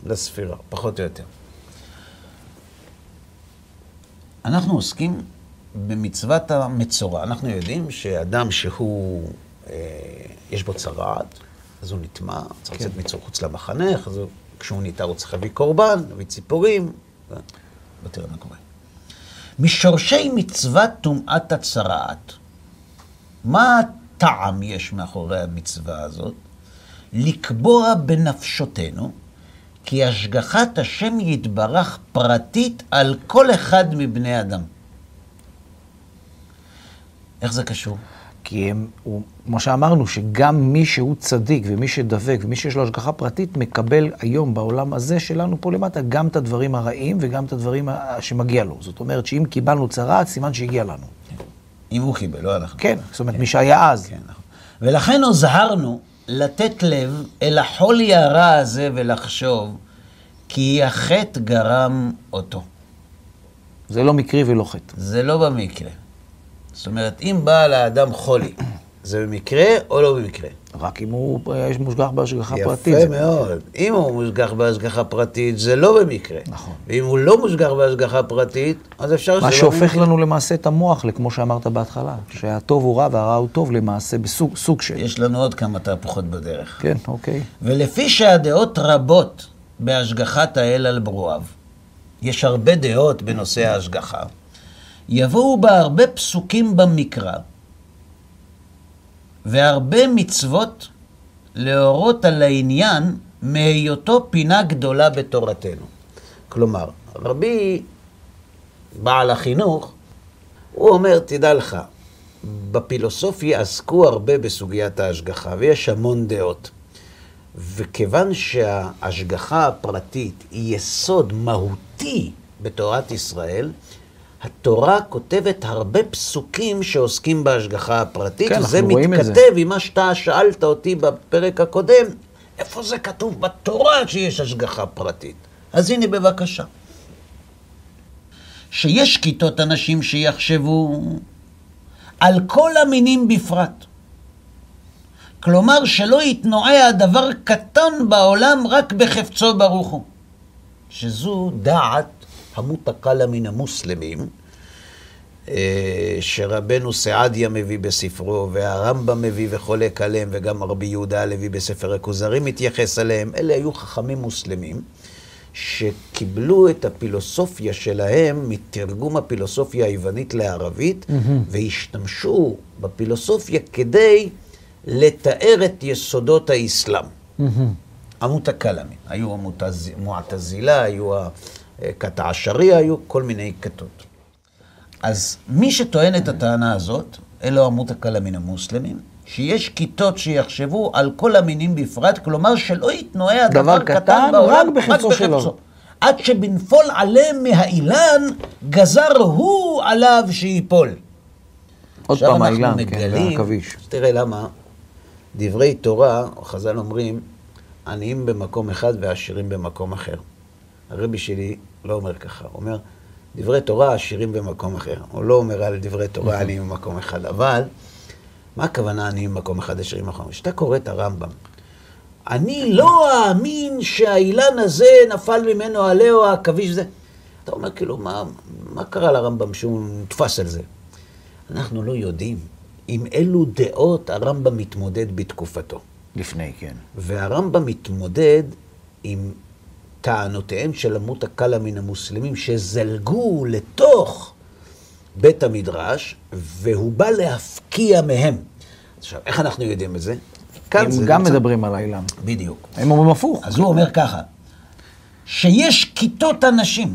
[SPEAKER 1] לספירה, פחות או יותר. אנחנו עוסקים במצוות המצורע, אנחנו יודעים שאדם שהוא, יש בו צרעת, אז הוא נטמע, צריך לצאת מצור חוץ למחנה, אז כשהוא ניתר הוא צריך להביא קורבן, להביא ציפורים, ותראה מה קורה. משורשי מצוות טומאת הצרעת, מה הטעם יש מאחורי המצווה הזאת? לקבוע בנפשותנו, כי השגחת השם יתברך פרטית על כל אחד מבני אדם. איך זה קשור?
[SPEAKER 2] כי כמו שאמרנו, שגם מי שהוא צדיק ומי שדבק ומי שיש לו השגחה פרטית, מקבל היום בעולם הזה שלנו פה למטה גם את הדברים הרעים וגם את הדברים שמגיע לו. זאת אומרת שאם קיבלנו צרעת, סימן שהגיע לנו.
[SPEAKER 1] אם הוא קיבל, לא אנחנו.
[SPEAKER 2] כן, זאת אומרת, מי שהיה אז.
[SPEAKER 1] כן, נכון. ולכן הוזהרנו לתת לב אל החולי הרע הזה ולחשוב כי החטא גרם אותו.
[SPEAKER 2] זה לא מקרי ולא חטא.
[SPEAKER 1] זה לא במקרה. זאת אומרת, אם בא לאדם חולי, זה במקרה או לא במקרה?
[SPEAKER 2] רק אם הוא יש מושגח בהשגחה פרטית.
[SPEAKER 1] יפה מאוד. אם הוא מושגח בהשגחה פרטית, זה לא במקרה.
[SPEAKER 2] נכון.
[SPEAKER 1] ואם הוא לא מושגח בהשגחה פרטית, אז אפשר שזה לא
[SPEAKER 2] מה
[SPEAKER 1] במקרה.
[SPEAKER 2] שהופך לנו למעשה את המוח, כמו שאמרת בהתחלה, שהטוב הוא רע והרע הוא טוב למעשה בסוג של.
[SPEAKER 1] יש לנו עוד כמה תהפוכות בדרך.
[SPEAKER 2] כן, אוקיי.
[SPEAKER 1] ולפי שהדעות רבות בהשגחת האל על ברואיו, יש הרבה דעות בנושא ההשגחה, יבואו בה הרבה פסוקים במקרא, והרבה מצוות להורות על העניין מהיותו פינה גדולה בתורתנו. כלומר, רבי בעל החינוך, הוא אומר, תדע לך, בפילוסופיה עסקו הרבה בסוגיית ההשגחה, ויש המון דעות. וכיוון שההשגחה הפרטית היא יסוד מהותי בתורת ישראל, התורה כותבת הרבה פסוקים שעוסקים בהשגחה הפרטית,
[SPEAKER 2] כן,
[SPEAKER 1] וזה מתכתב עם מה שאתה שאלת אותי בפרק הקודם, איפה זה כתוב בתורה שיש השגחה פרטית? אז הנה בבקשה. שיש כיתות אנשים שיחשבו על כל המינים בפרט. כלומר שלא יתנועע דבר קטן בעולם רק בחפצו ברוך הוא. שזו דעת המותקלה מן המוסלמים, שרבנו סעדיה מביא בספרו, והרמב"ם מביא וחולק עליהם, וגם רבי יהודה הלוי בספר הכוזרי מתייחס עליהם. אלה היו חכמים מוסלמים, שקיבלו את הפילוסופיה שלהם מתרגום הפילוסופיה היוונית לערבית, והשתמשו בפילוסופיה כדי לתאר את יסודות האסלאם. המותקלמים. היו המועתזילה, היו הכת העשריה, היו כל מיני כתות. אז מי שטוען את הטענה הזאת, אלו המותקלמים המוסלמים, שיש כיתות שיחשבו על כל המינים בפרט, כלומר שלא יתנועע דבר קטן בעולם, רק בחפצו שלו. עד שבנפול עליהם מהאילן, גזר הוא עליו שיפול.
[SPEAKER 2] עוד פעם האילן, כן, והעכביש.
[SPEAKER 1] תראה למה, דברי תורה, חז"ל אומרים, עניים במקום אחד ועשירים במקום אחר. הרבי שלי לא אומר ככה, הוא אומר, דברי תורה עשירים במקום אחר. הוא לא אומר על דברי תורה עניים במקום אחד, אבל מה הכוונה עניים במקום אחד, עשירים במקום אחד? כשאתה קורא את הרמב"ם, אני לא אאמין שהאילן הזה נפל ממנו עליהו העכביש זה. אתה אומר כאילו, מה קרה לרמב"ם שהוא נתפס על זה? אנחנו לא יודעים עם אילו דעות הרמב"ם מתמודד בתקופתו.
[SPEAKER 2] לפני, כן.
[SPEAKER 1] והרמב"ם מתמודד עם טענותיהם של המותקלה מן המוסלמים שזלגו לתוך בית המדרש, והוא בא להפקיע מהם. עכשיו, איך אנחנו יודעים את זה?
[SPEAKER 2] הם גם מדברים על האילן.
[SPEAKER 1] בדיוק.
[SPEAKER 2] הם אומרים הפוך.
[SPEAKER 1] אז הוא אומר ככה, שיש כיתות אנשים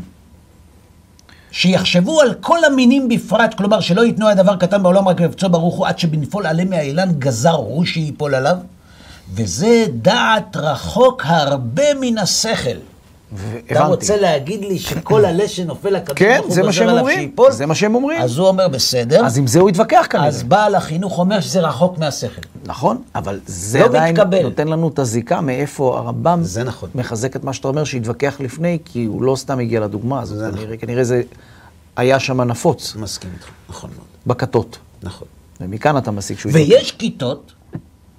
[SPEAKER 1] שיחשבו על כל המינים בפרט, כלומר שלא יתנוע דבר קטן בעולם רק לבצוע ברוך הוא, עד שבנפול עלה מהאילן גזר הוא שיפול עליו, וזה דעת רחוק הרבה מן השכל. אתה רוצה להגיד לי שכל עלה שנופל הקדוש ברוך הוא גזר עליו שיפול?
[SPEAKER 2] זה מה שהם אומרים.
[SPEAKER 1] אז הוא אומר בסדר.
[SPEAKER 2] אז עם זה הוא יתווכח כנראה.
[SPEAKER 1] אז בעל החינוך אומר שזה רחוק מהשכל.
[SPEAKER 2] נכון, אבל זה עדיין נותן לנו את הזיקה מאיפה הרמב"ם מחזק את מה שאתה אומר שהתווכח לפני, כי הוא לא סתם הגיע לדוגמה הזאת. כנראה זה היה שם נפוץ.
[SPEAKER 1] מסכים איתך, נכון מאוד.
[SPEAKER 2] בכתות.
[SPEAKER 1] נכון.
[SPEAKER 2] ומכאן אתה מסיק שהוא
[SPEAKER 1] ויש כיתות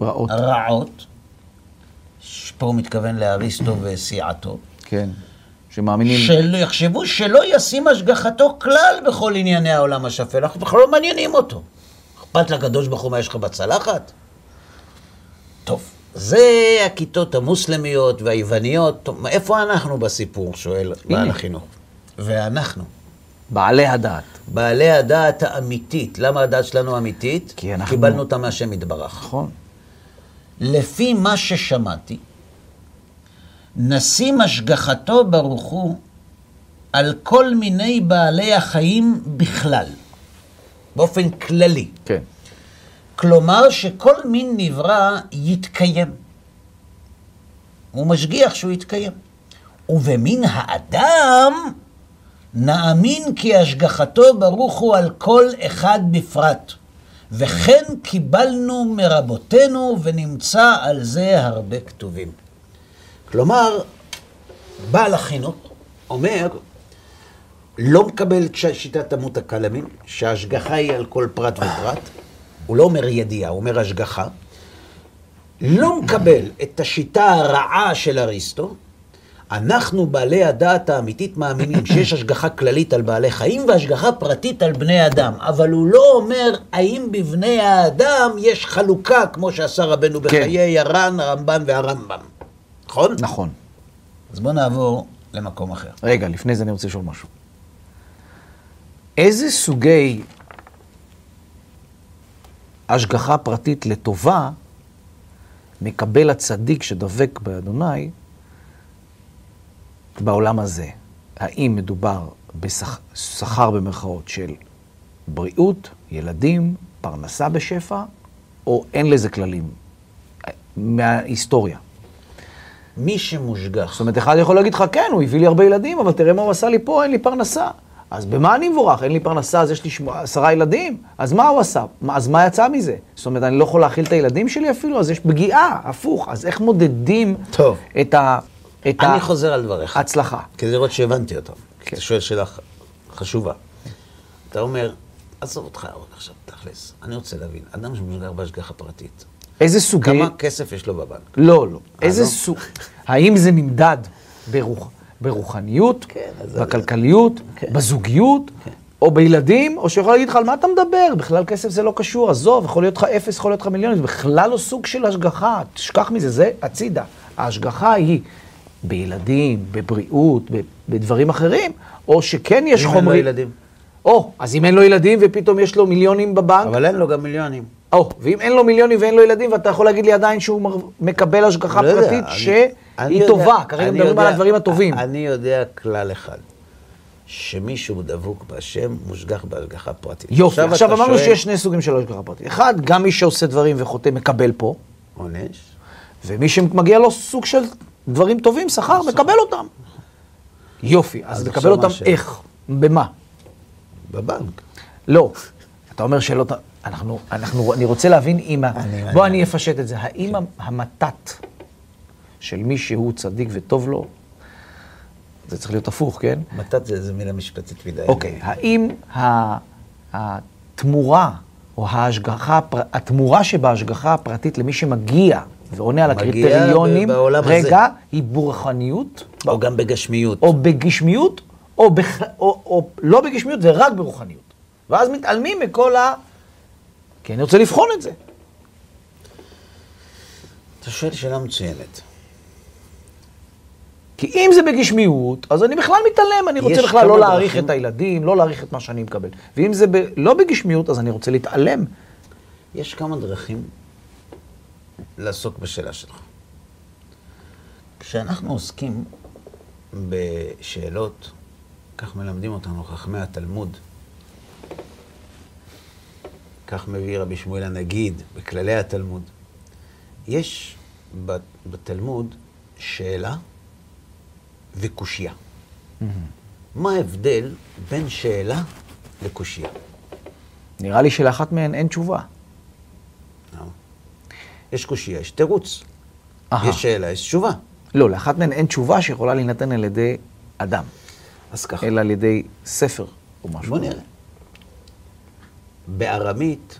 [SPEAKER 2] רעות.
[SPEAKER 1] שפה הוא מתכוון לאריסטו וסיעתו,
[SPEAKER 2] כן. שמאמינים...
[SPEAKER 1] שיחשבו שלא ישים השגחתו כלל בכל ענייני העולם השפל, אנחנו בכלל לא מעניינים אותו. אכפת לקדוש ברוך הוא מה יש לך בצלחת? טוב, זה הכיתות המוסלמיות והיווניות. טוב, איפה אנחנו בסיפור, שואל בעל החינוך? ואנחנו.
[SPEAKER 2] בעלי הדעת.
[SPEAKER 1] בעלי הדעת האמיתית. למה הדעת שלנו אמיתית?
[SPEAKER 2] כי אנחנו...
[SPEAKER 1] קיבלנו אותה מהשם יתברך.
[SPEAKER 2] נכון.
[SPEAKER 1] לפי מה ששמעתי, נשים השגחתו ברוך הוא על כל מיני בעלי החיים בכלל, באופן כללי.
[SPEAKER 2] כן.
[SPEAKER 1] כלומר שכל מין נברא יתקיים. הוא משגיח שהוא יתקיים. ובמין האדם נאמין כי השגחתו ברוך הוא על כל אחד בפרט. וכן קיבלנו מרבותינו ונמצא על זה הרבה כתובים. כלומר, בעל החינוך אומר, לא מקבל שיטת תמות הקלמין, שההשגחה היא על כל פרט ופרט. הוא לא אומר ידיעה, הוא אומר השגחה. לא מקבל את השיטה הרעה של אריסטו. אנחנו בעלי הדעת האמיתית מאמינים שיש השגחה כללית על בעלי חיים והשגחה פרטית על בני אדם. אבל הוא לא אומר האם בבני האדם יש חלוקה כמו שעשה רבנו בחיי הר"ן, הרמב"ן והרמב"ם. נכון?
[SPEAKER 2] נכון.
[SPEAKER 1] אז בואו נעבור למקום אחר.
[SPEAKER 2] רגע, לפני זה אני רוצה לשאול משהו. איזה סוגי השגחה פרטית לטובה מקבל הצדיק שדבק באדוני בעולם הזה? האם מדובר בשכר במרכאות של בריאות, ילדים, פרנסה בשפע, או אין לזה כללים מההיסטוריה?
[SPEAKER 1] מי שמושגח.
[SPEAKER 2] זאת אומרת, אחד יכול להגיד לך, כן, הוא הביא לי הרבה ילדים, אבל תראה מה הוא עשה לי פה, אין לי פרנסה. אז במה אני מבורך? אין לי פרנסה, אז יש לי 10 ילדים. אז מה הוא עשה? אז מה יצא מזה? זאת אומרת, אני לא יכול להאכיל את הילדים שלי אפילו, אז יש פגיעה, הפוך. אז איך מודדים את
[SPEAKER 1] אני חוזר על דבריך.
[SPEAKER 2] ההצלחה.
[SPEAKER 1] כדי לראות שהבנתי אותם.
[SPEAKER 2] כן.
[SPEAKER 1] אתה שואל שאלה חשובה. אתה אומר, עזוב אותך, עכשיו תכלס. אני רוצה להבין, אדם שמושגח בהשגחה פרטית.
[SPEAKER 2] איזה סוגי...
[SPEAKER 1] כמה כסף יש לו בבנק?
[SPEAKER 2] לא. איזה סוג... האם זה נמדד ברוחניות, בכלכליות, בזוגיות, או בילדים, או שיכול להגיד לך על מה אתה מדבר, בכלל כסף זה לא קשור, עזוב, יכול להיות לך 0, יכול להיות לך מיליון, זה בכלל לא סוג של השגחה, תשכח מזה, זה הצידה. ההשגחה היא בילדים, בבריאות, בדברים אחרים, או שכן יש חומרי...
[SPEAKER 1] אם אין לו ילדים.
[SPEAKER 2] אז אם אין לו ילדים ופתאום יש לו מיליונים בבנק...
[SPEAKER 1] אבל אין לו גם מיליונים.
[SPEAKER 2] ואם אין לו מיליונים ואין לו ילדים, ואתה יכול להגיד לי עדיין שהוא מקבל השגחה פרטית שהיא טובה, כרגע מדברים על הדברים הטובים.
[SPEAKER 1] אני יודע כלל אחד, שמישהו דבוק בהשם מושגח בהשגחה פרטית.
[SPEAKER 2] יופי, עכשיו אמרנו שיש 2 סוגים של השגחה פרטית. אחד, גם מי שעושה דברים וחוטא מקבל פה.
[SPEAKER 1] עונש.
[SPEAKER 2] ומי שמגיע לו סוג של דברים טובים, שכר, מקבל אותם. יופי, אז מקבל אותם איך? במה?
[SPEAKER 1] בבנק.
[SPEAKER 2] לא. אתה אומר שלא... אני רוצה להבין אם... בוא אני אפשט את זה. האם המתת של מי שהוא צדיק וטוב לו, זה צריך להיות הפוך, כן?
[SPEAKER 1] מתת זה מילה משפטית מדי.
[SPEAKER 2] אוקיי. האם התמורה, או התמורה שבהשגחה הפרטית למי שמגיע ועונה על הקריטריונים, רגע, היא ברוחניות?
[SPEAKER 1] או גם בגשמיות.
[SPEAKER 2] או בגשמיות, או לא בגשמיות ורק ברוחניות. ואז מתעלמים מכל כי אני רוצה לבחון את זה.
[SPEAKER 1] אתה שואל שאלה מצוינת.
[SPEAKER 2] כי אם זה בגשמיות, אז אני בכלל מתעלם, אני רוצה בכלל לא להעריך את הילדים, לא להעריך את מה שאני מקבל. ואם זה לא בגשמיות, אז אני רוצה להתעלם.
[SPEAKER 1] יש כמה דרכים לעסוק בשאלה שלך. כשאנחנו עוסקים בשאלות, כך מלמדים אותנו חכמי התלמוד, כך מביא רבי שמואל הנגיד בכללי התלמוד. יש בתלמוד שאלה וקושיה. מה ההבדל בין שאלה לקושיה?
[SPEAKER 2] נראה לי שלאחת מהן אין תשובה.
[SPEAKER 1] יש קושיה, יש תירוץ. יש שאלה, יש תשובה.
[SPEAKER 2] לא, לאחת מהן אין תשובה שיכולה להינתן על ידי אדם.
[SPEAKER 1] אז ככה.
[SPEAKER 2] אלא על ידי ספר או משהו.
[SPEAKER 1] בוא נראה. בארמית,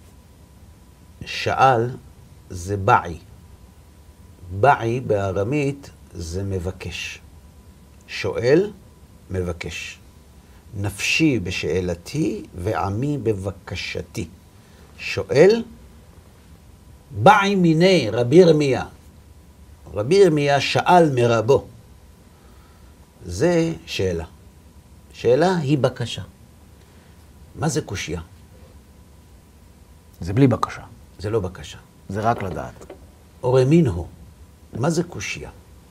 [SPEAKER 1] שאל זה בעי. בעי בארמית זה מבקש. שואל, מבקש. נפשי בשאלתי ועמי בבקשתי. שואל, באי מיני רבי ירמיה. רבי ירמיה שאל מרבו. זה שאלה. שאלה היא בקשה. מה זה קושיה?
[SPEAKER 2] זה בלי בקשה.
[SPEAKER 1] זה לא בקשה.
[SPEAKER 2] זה רק לדעת.
[SPEAKER 1] אורמין הוא. מה זה קושיה?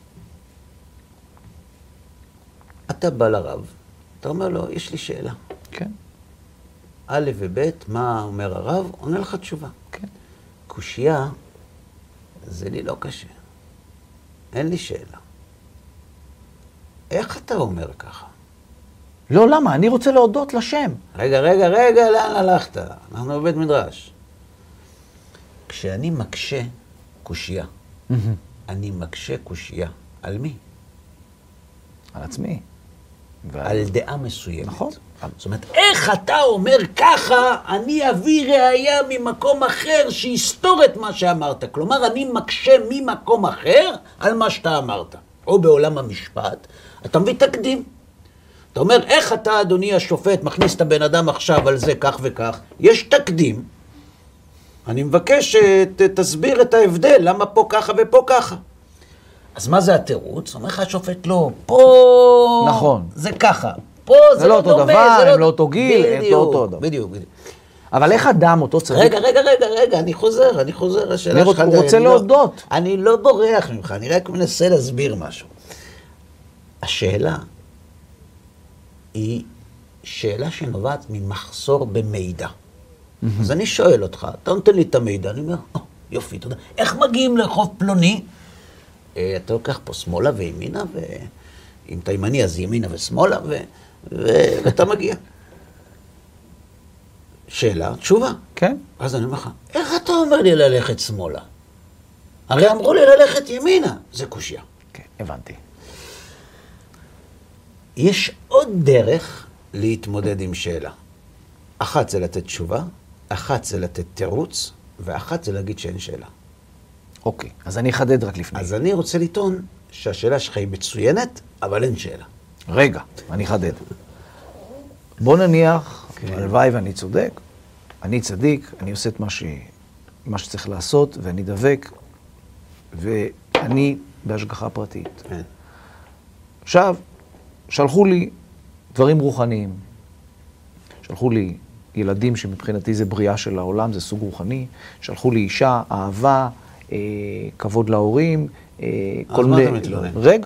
[SPEAKER 1] אתה בא לרב, אתה אומר לו, יש לי שאלה.
[SPEAKER 2] כן.
[SPEAKER 1] א' וב', מה אומר הרב? עונה לך תשובה.
[SPEAKER 2] כן.
[SPEAKER 1] קושיה, זה לי לא קשה. אין לי שאלה. איך אתה אומר ככה?
[SPEAKER 2] לא, למה? אני רוצה להודות לשם.
[SPEAKER 1] רגע, לאן הלכת? אנחנו בבית מדרש. כשאני מקשה קושיה, אני מקשה קושיה. על מי?
[SPEAKER 2] על עצמי.
[SPEAKER 1] על דעה מסוימת.
[SPEAKER 2] נכון.
[SPEAKER 1] זאת אומרת, איך אתה אומר ככה, אני אביא ראייה ממקום אחר שיסתור את מה שאמרת. כלומר, אני מקשה ממקום אחר על מה שאתה אמרת. או בעולם המשפט, אתה מביא תקדים. אתה אומר, איך אתה, אדוני השופט, מכניס את הבן אדם עכשיו על זה כך וכך? יש תקדים. אני מבקש שתסביר את ההבדל, למה פה ככה ופה ככה. אז מה זה התירוץ? אומר לך השופט, לא, פה
[SPEAKER 2] נכון.
[SPEAKER 1] זה ככה. פה
[SPEAKER 2] זה לא אותו דבר, הם לא אותו גיל, הם לא אותו דבר.
[SPEAKER 1] בדיוק.
[SPEAKER 2] אבל איך אדם אותו צריך?
[SPEAKER 1] רגע, אני חוזר, השאלה שלך.
[SPEAKER 2] הוא רוצה להודות.
[SPEAKER 1] אני לא בורח ממך, אני רק מנסה להסביר משהו. השאלה היא שאלה שנובעת ממחסור במידע. אז אני שואל אותך, אתה נותן לי את המידע, אני אומר, יופי, תודה. איך מגיעים לחוף פלוני? אתה לוקח פה שמאלה וימינה, ואם אתה ימני אז ימינה ושמאלה, ואתה מגיע. שאלה, תשובה.
[SPEAKER 2] כן.
[SPEAKER 1] אז אני אומר לך, איך אתה אומר לי ללכת שמאלה? הרי אמרו לי ללכת ימינה. זה קושיה.
[SPEAKER 2] כן, הבנתי.
[SPEAKER 1] יש עוד דרך להתמודד עם שאלה. אחת זה לתת תשובה, אחת זה לתת תירוץ, ואחת זה להגיד שאין שאלה.
[SPEAKER 2] אוקיי, אז אני אחדד רק לפני.
[SPEAKER 1] אז אני רוצה לטעון שהשאלה שלך היא מצוינת, אבל אין שאלה.
[SPEAKER 2] רגע, אני אחדד. בוא נניח, הלוואי ואני צודק, אני צדיק, אני עושה את מה שצריך לעשות, ואני דבק, ואני בהשגחה פרטית.
[SPEAKER 1] כן.
[SPEAKER 2] עכשיו, שלחו לי דברים רוחניים. שלחו לי ילדים שמבחינתי זה בריאה של העולם, זה סוג רוחני. שלחו לי אישה, אהבה, כבוד להורים.
[SPEAKER 1] אז מה אתה מתלונן?
[SPEAKER 2] רגע.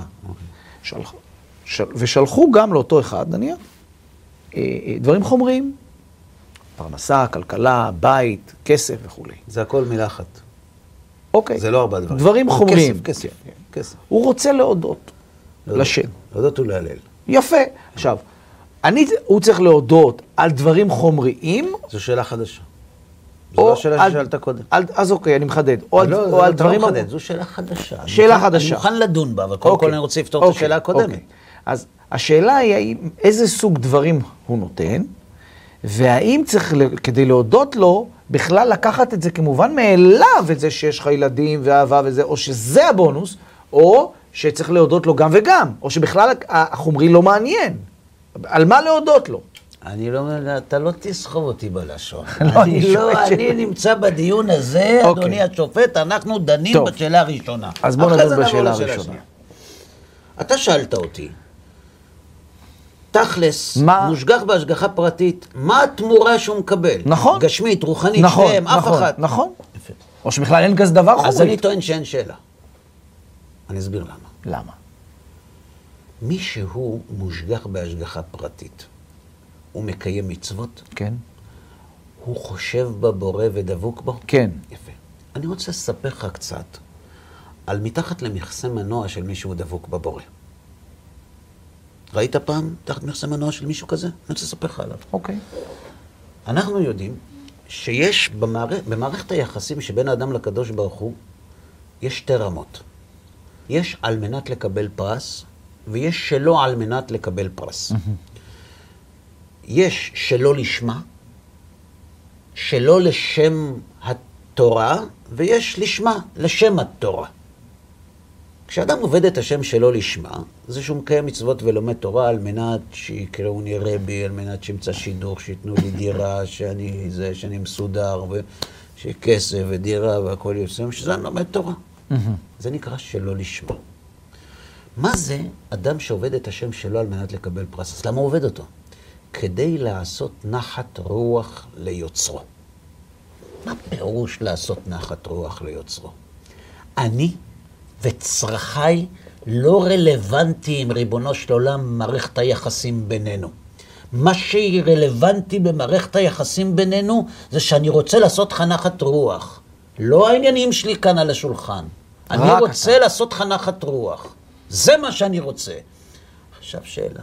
[SPEAKER 2] ושלחו גם לאותו אחד, נניח, דברים חומריים. פרנסה, כלכלה, בית, כסף וכו'.
[SPEAKER 1] זה הכל מילה אחת.
[SPEAKER 2] אוקיי.
[SPEAKER 1] זה לא ארבע דברים.
[SPEAKER 2] דברים חומריים.
[SPEAKER 1] כסף.
[SPEAKER 2] הוא רוצה להודות לשם.
[SPEAKER 1] להודות ולהלל.
[SPEAKER 2] יפה. עכשיו, הוא צריך להודות על דברים חומריים.
[SPEAKER 1] זו שאלה חדשה. זו לא שאלה ששאלת קודם.
[SPEAKER 2] אז אוקיי, אני מחדד.
[SPEAKER 1] לא, אתה לא מחדד, זו שאלה חדשה.
[SPEAKER 2] שאלה חדשה.
[SPEAKER 1] אני מוכן לדון בה, אבל קודם כל אני רוצה לפתור את השאלה הקודמת.
[SPEAKER 2] אז השאלה היא איזה סוג דברים הוא נותן, והאם צריך, כדי להודות לו, בכלל לקחת את זה כמובן מאליו, את זה שיש לך ילדים ואהבה וזה, או שזה הבונוס, או שצריך להודות לו גם וגם, או שבכלל החומרי לא מעניין. על מה להודות לו?
[SPEAKER 1] אתה לא תסחוב אותי בלשון. אני נמצא בדיון הזה, אדוני השופט, אנחנו דנים בשאלה הראשונה.
[SPEAKER 2] אז בוא נדון בשאלה הראשונה.
[SPEAKER 1] אתה שאלת אותי, תכלס, מושגח בהשגחה פרטית, מה התמורה שהוא מקבל?
[SPEAKER 2] נכון.
[SPEAKER 1] גשמית, רוחנית, שניהם, אף אחת.
[SPEAKER 2] נכון. או שבכלל אין כזה דבר חומרי.
[SPEAKER 1] אז אני טוען שאין שאלה. אני אסביר למה.
[SPEAKER 2] למה?
[SPEAKER 1] מי שהוא מושגח בהשגחה פרטית, הוא מקיים מצוות?
[SPEAKER 2] כן.
[SPEAKER 1] הוא חושב בבורא ודבוק בו?
[SPEAKER 2] כן.
[SPEAKER 1] יפה. אני רוצה לספר לך קצת על מתחת למכסה מנוע של מישהו דבוק בבורא. ראית פעם תחת מכסה מנוע של מישהו כזה? אני רוצה לספר לך עליו.
[SPEAKER 2] אוקיי.
[SPEAKER 1] אנחנו יודעים שיש במערכת היחסים שבין האדם לקדוש ברוך הוא, יש שתי רמות. יש על מנת לקבל פרס, ויש שלא על מנת לקבל פרס. יש שלא לשמה, שלא לשם התורה, ויש לשמה, לשם התורה. כשאדם עובד את השם שלו לשמה, זה שהוא מקיים מצוות ולומד תורה על מנת שיקראוני רבי, על מנת שימצא שידוך, שיתנו לי דירה, שאני מסודר, שכסף ודירה והכל יוצא, שזה אני לומד תורה. זה נקרא שלא לשמה. מה זה אדם שעובד את השם שלו על מנת לקבל פרס? אז למה הוא עובד אותו? כדי לעשות נחת רוח ליוצרו. מה פירוש לעשות נחת רוח ליוצרו? אני וצרכיי לא רלוונטיים, ריבונו של עולם, מערכת היחסים בינינו. מה שהיא רלוונטי במערכת היחסים בינינו, זה שאני רוצה לעשות לך נחת רוח. לא העניינים שלי כאן על השולחן. אני רוצה לעשות לך נחת רוח. זה מה שאני רוצה. עכשיו שאלה.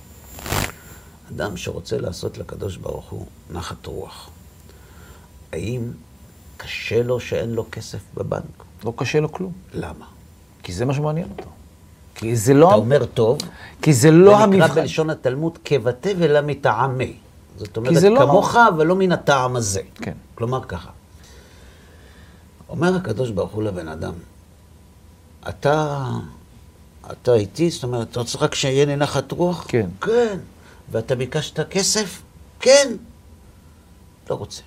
[SPEAKER 1] אדם שרוצה לעשות לקדוש ברוך הוא נחת רוח, האם קשה לו שאין לו כסף בבנק?
[SPEAKER 2] לא קשה לו כלום.
[SPEAKER 1] למה?
[SPEAKER 2] כי זה מה שמעניין אותו. כי זה לא...
[SPEAKER 1] אתה אומר טוב,
[SPEAKER 2] כי זה לא המבחן.
[SPEAKER 1] זה נקרא בלשון התלמוד כבטא ולא מטעמי. זאת אומרת, כמוך ולא מן הטעם הזה.
[SPEAKER 2] כן.
[SPEAKER 1] כלומר ככה. אומר הקדוש ברוך הוא לבן אדם, אתה איתי, זאת אומרת, אתה רוצה רק שיהיה לי נחת רוח?
[SPEAKER 2] כן.
[SPEAKER 1] כן. ואתה ביקשת כסף? כן. לא רוצה.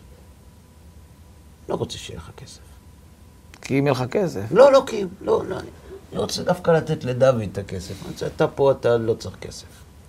[SPEAKER 1] לא רוצה שיהיה לך כסף.
[SPEAKER 2] כי אם יהיה לך כסף.
[SPEAKER 1] לא, כי... לא, אני רוצה דווקא לתת לדוד את הכסף. אתה פה, אתה לא צריך כסף.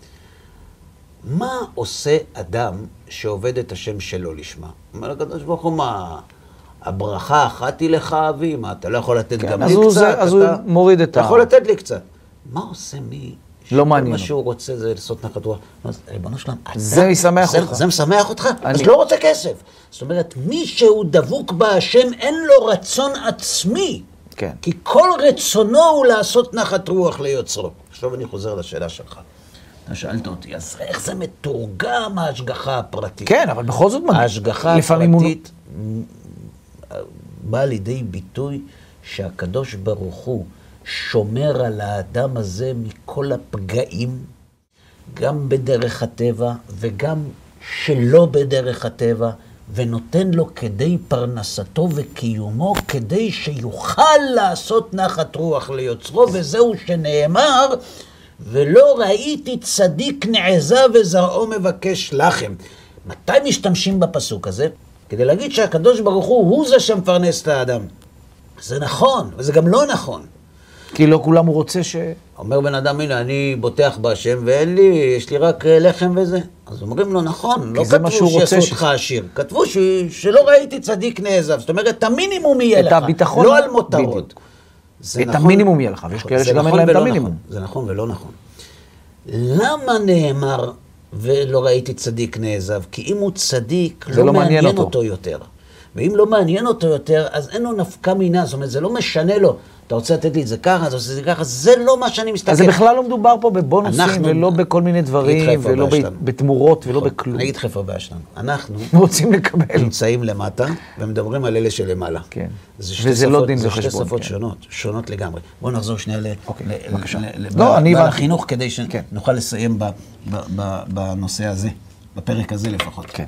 [SPEAKER 1] מה עושה אדם שעובד את השם שלו לשמה? אומר לקדוש ברוך הוא, מה... הברכה אחת היא לך אבי, מה, אתה לא יכול לתת גם לי קצת?
[SPEAKER 2] אז הוא מוריד את
[SPEAKER 1] אתה יכול לתת לי קצת. מה עושה מי?
[SPEAKER 2] לא מעניין.
[SPEAKER 1] מה שהוא רוצה זה לעשות נחת רוח. ריבונו שלם,
[SPEAKER 2] זה משמח אותך.
[SPEAKER 1] זה משמח אותך? אז לא רוצה כסף. זאת אומרת, מי שהוא דבוק בהשם, אין לו רצון עצמי.
[SPEAKER 2] כן.
[SPEAKER 1] כי כל רצונו הוא לעשות נחת רוח ליוצרו. עכשיו אני חוזר לשאלה שלך. אתה שאלת אותי, אז איך זה מתורגם ההשגחה הפרטית?
[SPEAKER 2] כן, אבל בכל זאת...
[SPEAKER 1] ההשגחה הפרטית באה לידי ביטוי שהקדוש ברוך הוא שומר על האדם הזה מכל הפגעים, גם בדרך הטבע וגם שלא בדרך הטבע, ונותן לו כדי פרנסתו וקיומו, כדי שיוכל לעשות נחת רוח ליוצרו, וזהו שנאמר, ולא ראיתי צדיק נעזה וזרעו מבקש לחם. מתי משתמשים בפסוק הזה? כדי להגיד שהקדוש ברוך הוא זה שמפרנס את האדם. זה נכון, וזה גם לא נכון.
[SPEAKER 2] כי לא כולם הוא רוצה
[SPEAKER 1] אומר בן אדם, הנה, אני בוטח בהשם ואין לי, יש לי רק לחם וזה. אז אומרים לו, נכון, לא כתבו שיעשו אותך עשיר. כתבו שלא ראיתי צדיק נעזב. זאת אומרת, את המינימום יהיה לך,
[SPEAKER 2] הביטחון,
[SPEAKER 1] לא על מותרות.
[SPEAKER 2] את המינימום יהיה לך, ויש כאלה שגם אין להם את המינימום.
[SPEAKER 1] זה נכון ולא נכון. למה נאמר ולא ראיתי צדיק נעזב? כי אם הוא צדיק, לא מעניין אותו יותר. ואם לא מעניין אותו יותר, אז אין לו נפקא מינה. זאת אומרת, זה לא משנה לו. אתה רוצה לתת לי את זה ככה, אתה רוצה את זה ככה, זה לא מה שאני מסתכל.
[SPEAKER 2] אז זה בכלל לא מדובר פה בבונוסים, ולא בכל מיני דברים, ולא בתמורות, ולא בכלום.
[SPEAKER 1] אני אגיד לך איפה הבעיה שלנו. אנחנו
[SPEAKER 2] רוצים לקבל.
[SPEAKER 1] נמצאים למטה, ומדברים על אלה שלמעלה.
[SPEAKER 2] כן. וזה לא דין וחשבון.
[SPEAKER 1] זה שתי שפות שונות לגמרי. בואו נחזור שנייה לחינוך, כדי שנוכל לסיים בנושא הזה, בפרק הזה לפחות.
[SPEAKER 2] כן.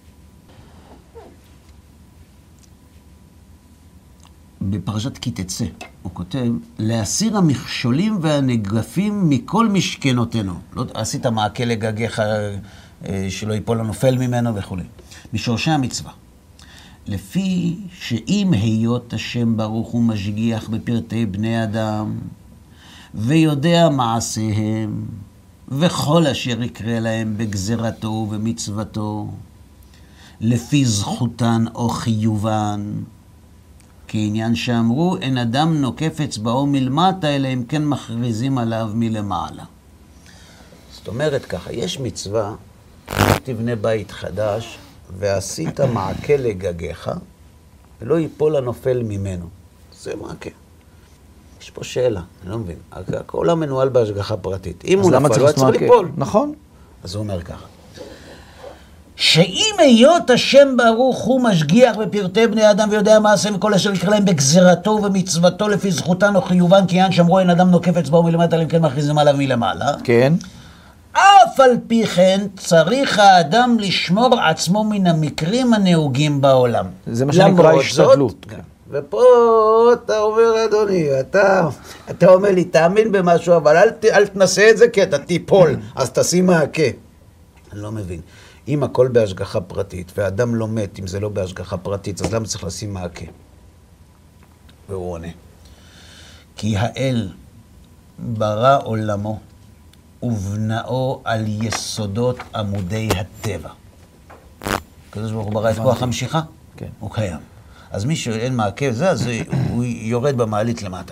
[SPEAKER 1] בפרשת כי תצא, הוא כותב, להסיר המכשולים והנגפים מכל משכנותינו. לא עשית מעקה לגגיך שלא ייפול הנופל ממנו וכו'. משורשי המצווה. לפי שאם היות השם ברוך הוא משגיח בפרטי בני אדם, ויודע מעשיהם, וכל אשר יקרה להם בגזרתו ובמצוותו, לפי זכותן או חיובן, כעניין שאמרו, אין אדם נוקף אצבעו מלמטה, אלא אם כן מכריזים עליו מלמעלה. זאת אומרת ככה, יש מצווה, תבנה בית חדש, ועשית מעקה לגגיך, ולא ייפול הנופל ממנו. זה מעקה. יש פה שאלה, אני לא מבין. הכל מנוהל בהשגחה פרטית. אם הוא נפל, הוא צריך ליפול.
[SPEAKER 2] נכון.
[SPEAKER 1] אז הוא אומר ככה. שאם היות השם ברוך הוא משגיח בפרטי בני אדם ויודע מה עשה מכל אשר יקרה להם בגזרתו ובמצוותו לפי זכותן או חיובן, כי אין שאמרו אין אדם נוקף אצבעו מלמטה אלא אם כן מכריזים עליו מלמעלה.
[SPEAKER 2] כן.
[SPEAKER 1] אף על פי כן צריך האדם לשמור עצמו מן המקרים הנהוגים בעולם.
[SPEAKER 2] זה מה שנקרא השתדלות.
[SPEAKER 1] ופה אתה אומר, אדוני, אתה אומר לי, תאמין במשהו, אבל אל תנסה את זה, כי אתה תיפול, אז תשים מעקה. אני לא מבין. אם הכל בהשגחה פרטית, והאדם לא מת, אם זה לא בהשגחה פרטית, אז למה צריך לשים מעקה? והוא עונה. כי האל ברא עולמו ובנאו על יסודות עמודי הטבע. הקדוש ברוך הוא ברא את כוח המשיכה?
[SPEAKER 2] כן.
[SPEAKER 1] הוא קיים. אז מי שאין מעקה זה, אז הוא יורד במעלית למטה.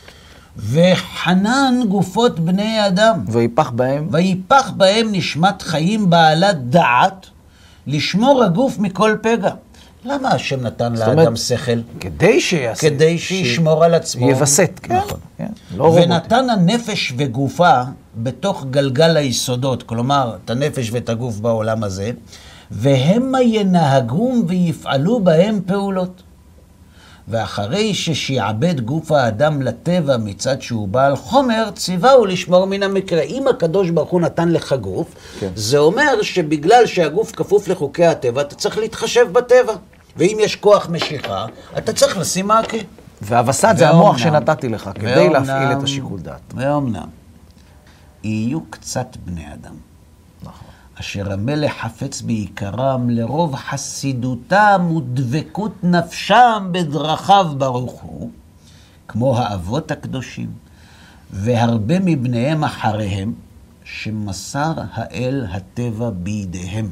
[SPEAKER 1] וחנן גופות בני אדם. ויפח בהם נשמת חיים בעלת דעת, לשמור הגוף מכל פגע. למה השם נתן לאדם שכל?
[SPEAKER 2] כדי שיעשה.
[SPEAKER 1] כדי שישמור על עצמו.
[SPEAKER 2] יבסט, כן.
[SPEAKER 1] נכון.
[SPEAKER 2] כן. לא
[SPEAKER 1] ונתן הנפש וגופה בתוך גלגל היסודות, כלומר, את הנפש ואת הגוף בעולם הזה, והמה ינהגום ויפעלו בהם פעולות. ואחרי ששיעבד גוף האדם לטבע מצד שהוא בעל חומר, ציווהו לשמור מן המקרה. אם הקדוש ברוך הוא נתן לך גוף, כן. זה אומר שבגלל שהגוף כפוף לחוקי הטבע, אתה צריך להתחשב בטבע. ואם יש כוח משיכה, אתה צריך לשים מעקה.
[SPEAKER 2] והווסת זה המוח שנתתי לך, כדי להפעיל את השיקול דעת.
[SPEAKER 1] ואומנם, יהיו קצת בני אדם. נכון. אשר המלך חפץ בעיקרם לרוב חסידותם ודבקות נפשם בדרכיו ברוך הוא, כמו האבות הקדושים, והרבה מבניהם אחריהם, שמסר האל הטבע בידיהם.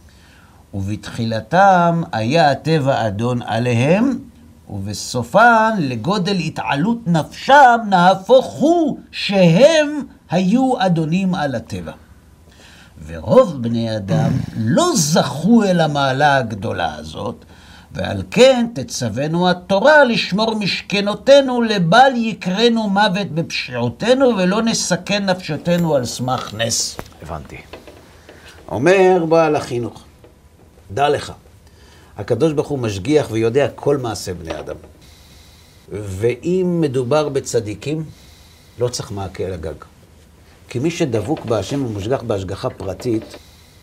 [SPEAKER 1] ובתחילתם היה הטבע אדון עליהם, ובסופן לגודל התעלות נפשם נהפוך הוא שהם היו אדונים על הטבע. ורוב בני אדם לא זכו אל המעלה הגדולה הזאת, ועל כן תצוונו התורה לשמור משכנותינו לבל יקרנו מוות בפשיעותינו ולא נסכן נפשותנו על סמך נס.
[SPEAKER 2] הבנתי.
[SPEAKER 1] אומר בעל החינוך, דע לך, הקדוש ברוך הוא משגיח ויודע כל מעשה בני אדם. ואם מדובר בצדיקים, לא צריך מעקה על הגג. כי מי שדבוק בהשם ומושגח בהשגחה פרטית,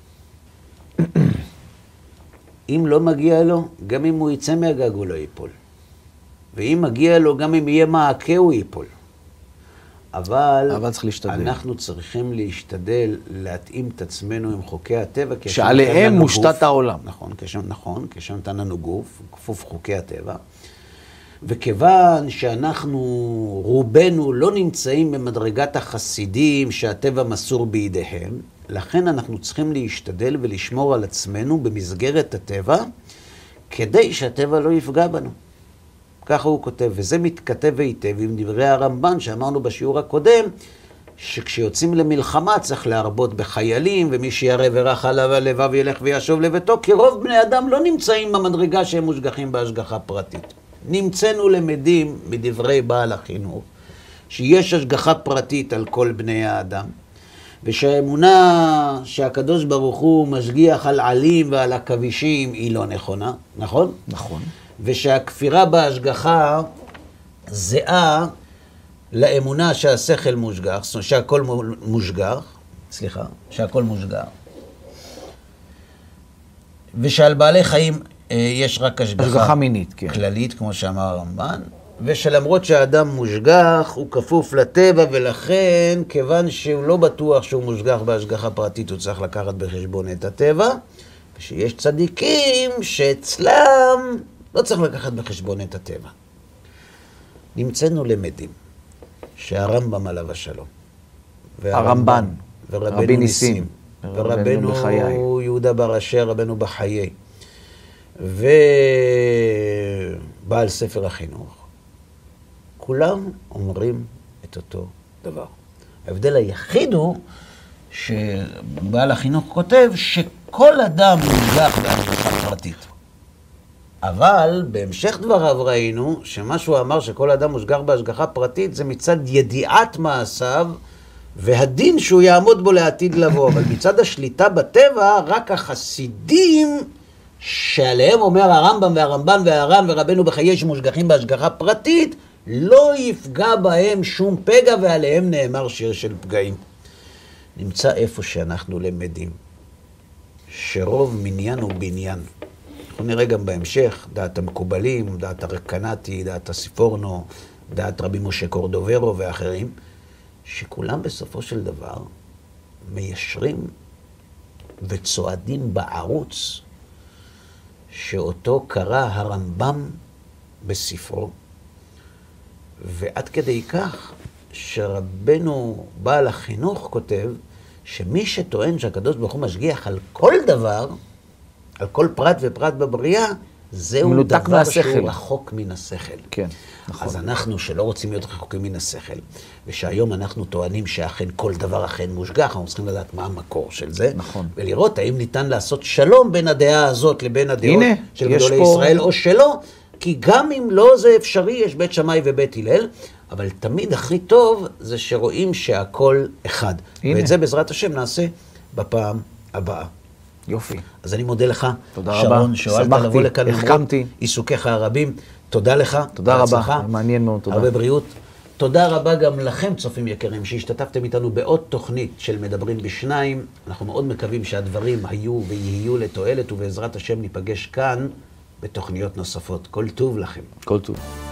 [SPEAKER 1] אם לא מגיע לו, גם אם הוא יצא מהגג הוא לא ייפול. ואם מגיע לו, גם אם יהיה מעקה הוא ייפול. אבל
[SPEAKER 2] צריך להשתדל.
[SPEAKER 1] אנחנו צריכים להשתדל להתאים את עצמנו עם חוקי הטבע.
[SPEAKER 2] שעליהם מושתת העולם.
[SPEAKER 1] נכון, כשם נתן לנו גוף, כפוף חוקי הטבע. וכיוון שאנחנו רובנו לא נמצאים במדרגת החסידים שהטבע מסור בידיהם, לכן אנחנו צריכים להשתדל ולשמור על עצמנו במסגרת הטבע, כדי שהטבע לא יפגע בנו. ככה הוא כותב, וזה מתכתב היטב עם דברי הרמב"ן שאמרנו בשיעור הקודם, שכשיוצאים למלחמה צריך להרבות בחיילים, ומי שירא ורך עליו הלבב ילך וישוב לביתו, כי רוב בני אדם לא נמצאים במדרגה שהם מושגחים בהשגחה פרטית. נמצאנו למדים מדברי בעל החינוך, שיש השגחה פרטית על כל בני האדם, ושהאמונה שהקדוש ברוך הוא משגיח על עלים ועל הכבישים היא לא נכונה, נכון?
[SPEAKER 2] נכון.
[SPEAKER 1] ושהכפירה בהשגחה זהה לאמונה שהשכל מושגח, זאת אומרת שהכל מושגח, שהכל מושגח. ושעל בעלי חיים יש רק השגחה
[SPEAKER 2] מינית, כן.
[SPEAKER 1] כללית, כמו שאמר הרמב"ן, ושלמרות שהאדם מושגח, הוא כפוף לטבע, ולכן, כיוון שהוא לא בטוח שהוא מושגח בהשגחה פרטית, הוא צריך לקחת בחשבון את הטבע, ושיש צדיקים שאצלם לא צריך לקחת בחשבון את הטבע. נמצאנו למדים שהרמב"ם עליו השלום,
[SPEAKER 2] הרמב"ן,
[SPEAKER 1] ורבנו ניסים, ורבנו יהודה בר אשר, רבנו בחיי, ובעל ספר החינוך, כולם אומרים את אותו דבר. ההבדל היחיד הוא שבעל החינוך כותב שכל אדם מושגח בהשגחה פרטית. אבל בהמשך דבריו ראינו שמה שהוא אמר שכל אדם מושגח בהשגחה פרטית זה מצד ידיעת מעשיו והדין שהוא יעמוד בו לעתיד לבוא. אבל מצד השליטה בטבע רק החסידים שעליהם אומר הרמב"ם והרמב"ן והר"ן ורבנו בחיי שמושגחים בהשגחה פרטית, לא יפגע בהם שום פגע, ועליהם נאמר שיר של פגעים. נמצא איפה שאנחנו למדים שרוב מניין הוא בניין, אנחנו נראה גם בהמשך, דעת המקובלים, דעת הרקנטי, דעת הסיפורנו, דעת רבי משה קורדוברו ואחרים, שכולם בסופו של דבר מיישרים וצועדים בערוץ שאותו קרא הרמב"ם בספרו, ועד כדי כך שרבנו בעל החינוך כותב שמי שטוען שהקדוש ברוך הוא משגיח על כל דבר, על כל פרט ופרט בבריאה, זהו דבר שהוא רחוק מן השכל.
[SPEAKER 2] כן, נכון.
[SPEAKER 1] אז אנחנו שלא רוצים להיות רחוקים מן השכל, ושהיום אנחנו טוענים שאכן כל דבר אכן מושגח, אנחנו צריכים לדעת מה המקור של זה,
[SPEAKER 2] נכון.
[SPEAKER 1] ולראות האם ניתן לעשות שלום בין הדעה הזאת לבין הדעות של גדולי
[SPEAKER 2] פה...
[SPEAKER 1] ישראל, או שלא, כי גם אם לא זה אפשרי, יש בית שמאי ובית הלל, אבל תמיד הכי טוב זה שרואים שהכל אחד. הנה. ואת זה בעזרת השם נעשה בפעם הבאה.
[SPEAKER 2] יופי.
[SPEAKER 1] אז אני מודה לך,
[SPEAKER 2] תודה
[SPEAKER 1] שרון,
[SPEAKER 2] רבה.
[SPEAKER 1] שהואלת לבוא לכאן למרות עיסוקיך הרבים. תודה לך.
[SPEAKER 2] תודה רבה, מעניין מאוד, תודה.
[SPEAKER 1] הרבה בריאות. תודה רבה גם לכם, צופים יקרים, שהשתתפתם איתנו בעוד תוכנית של מדברים בשניים. אנחנו מאוד מקווים שהדברים היו ויהיו לתועלת, ובעזרת השם ניפגש כאן בתוכניות נוספות. כל טוב לכם.
[SPEAKER 2] כל טוב.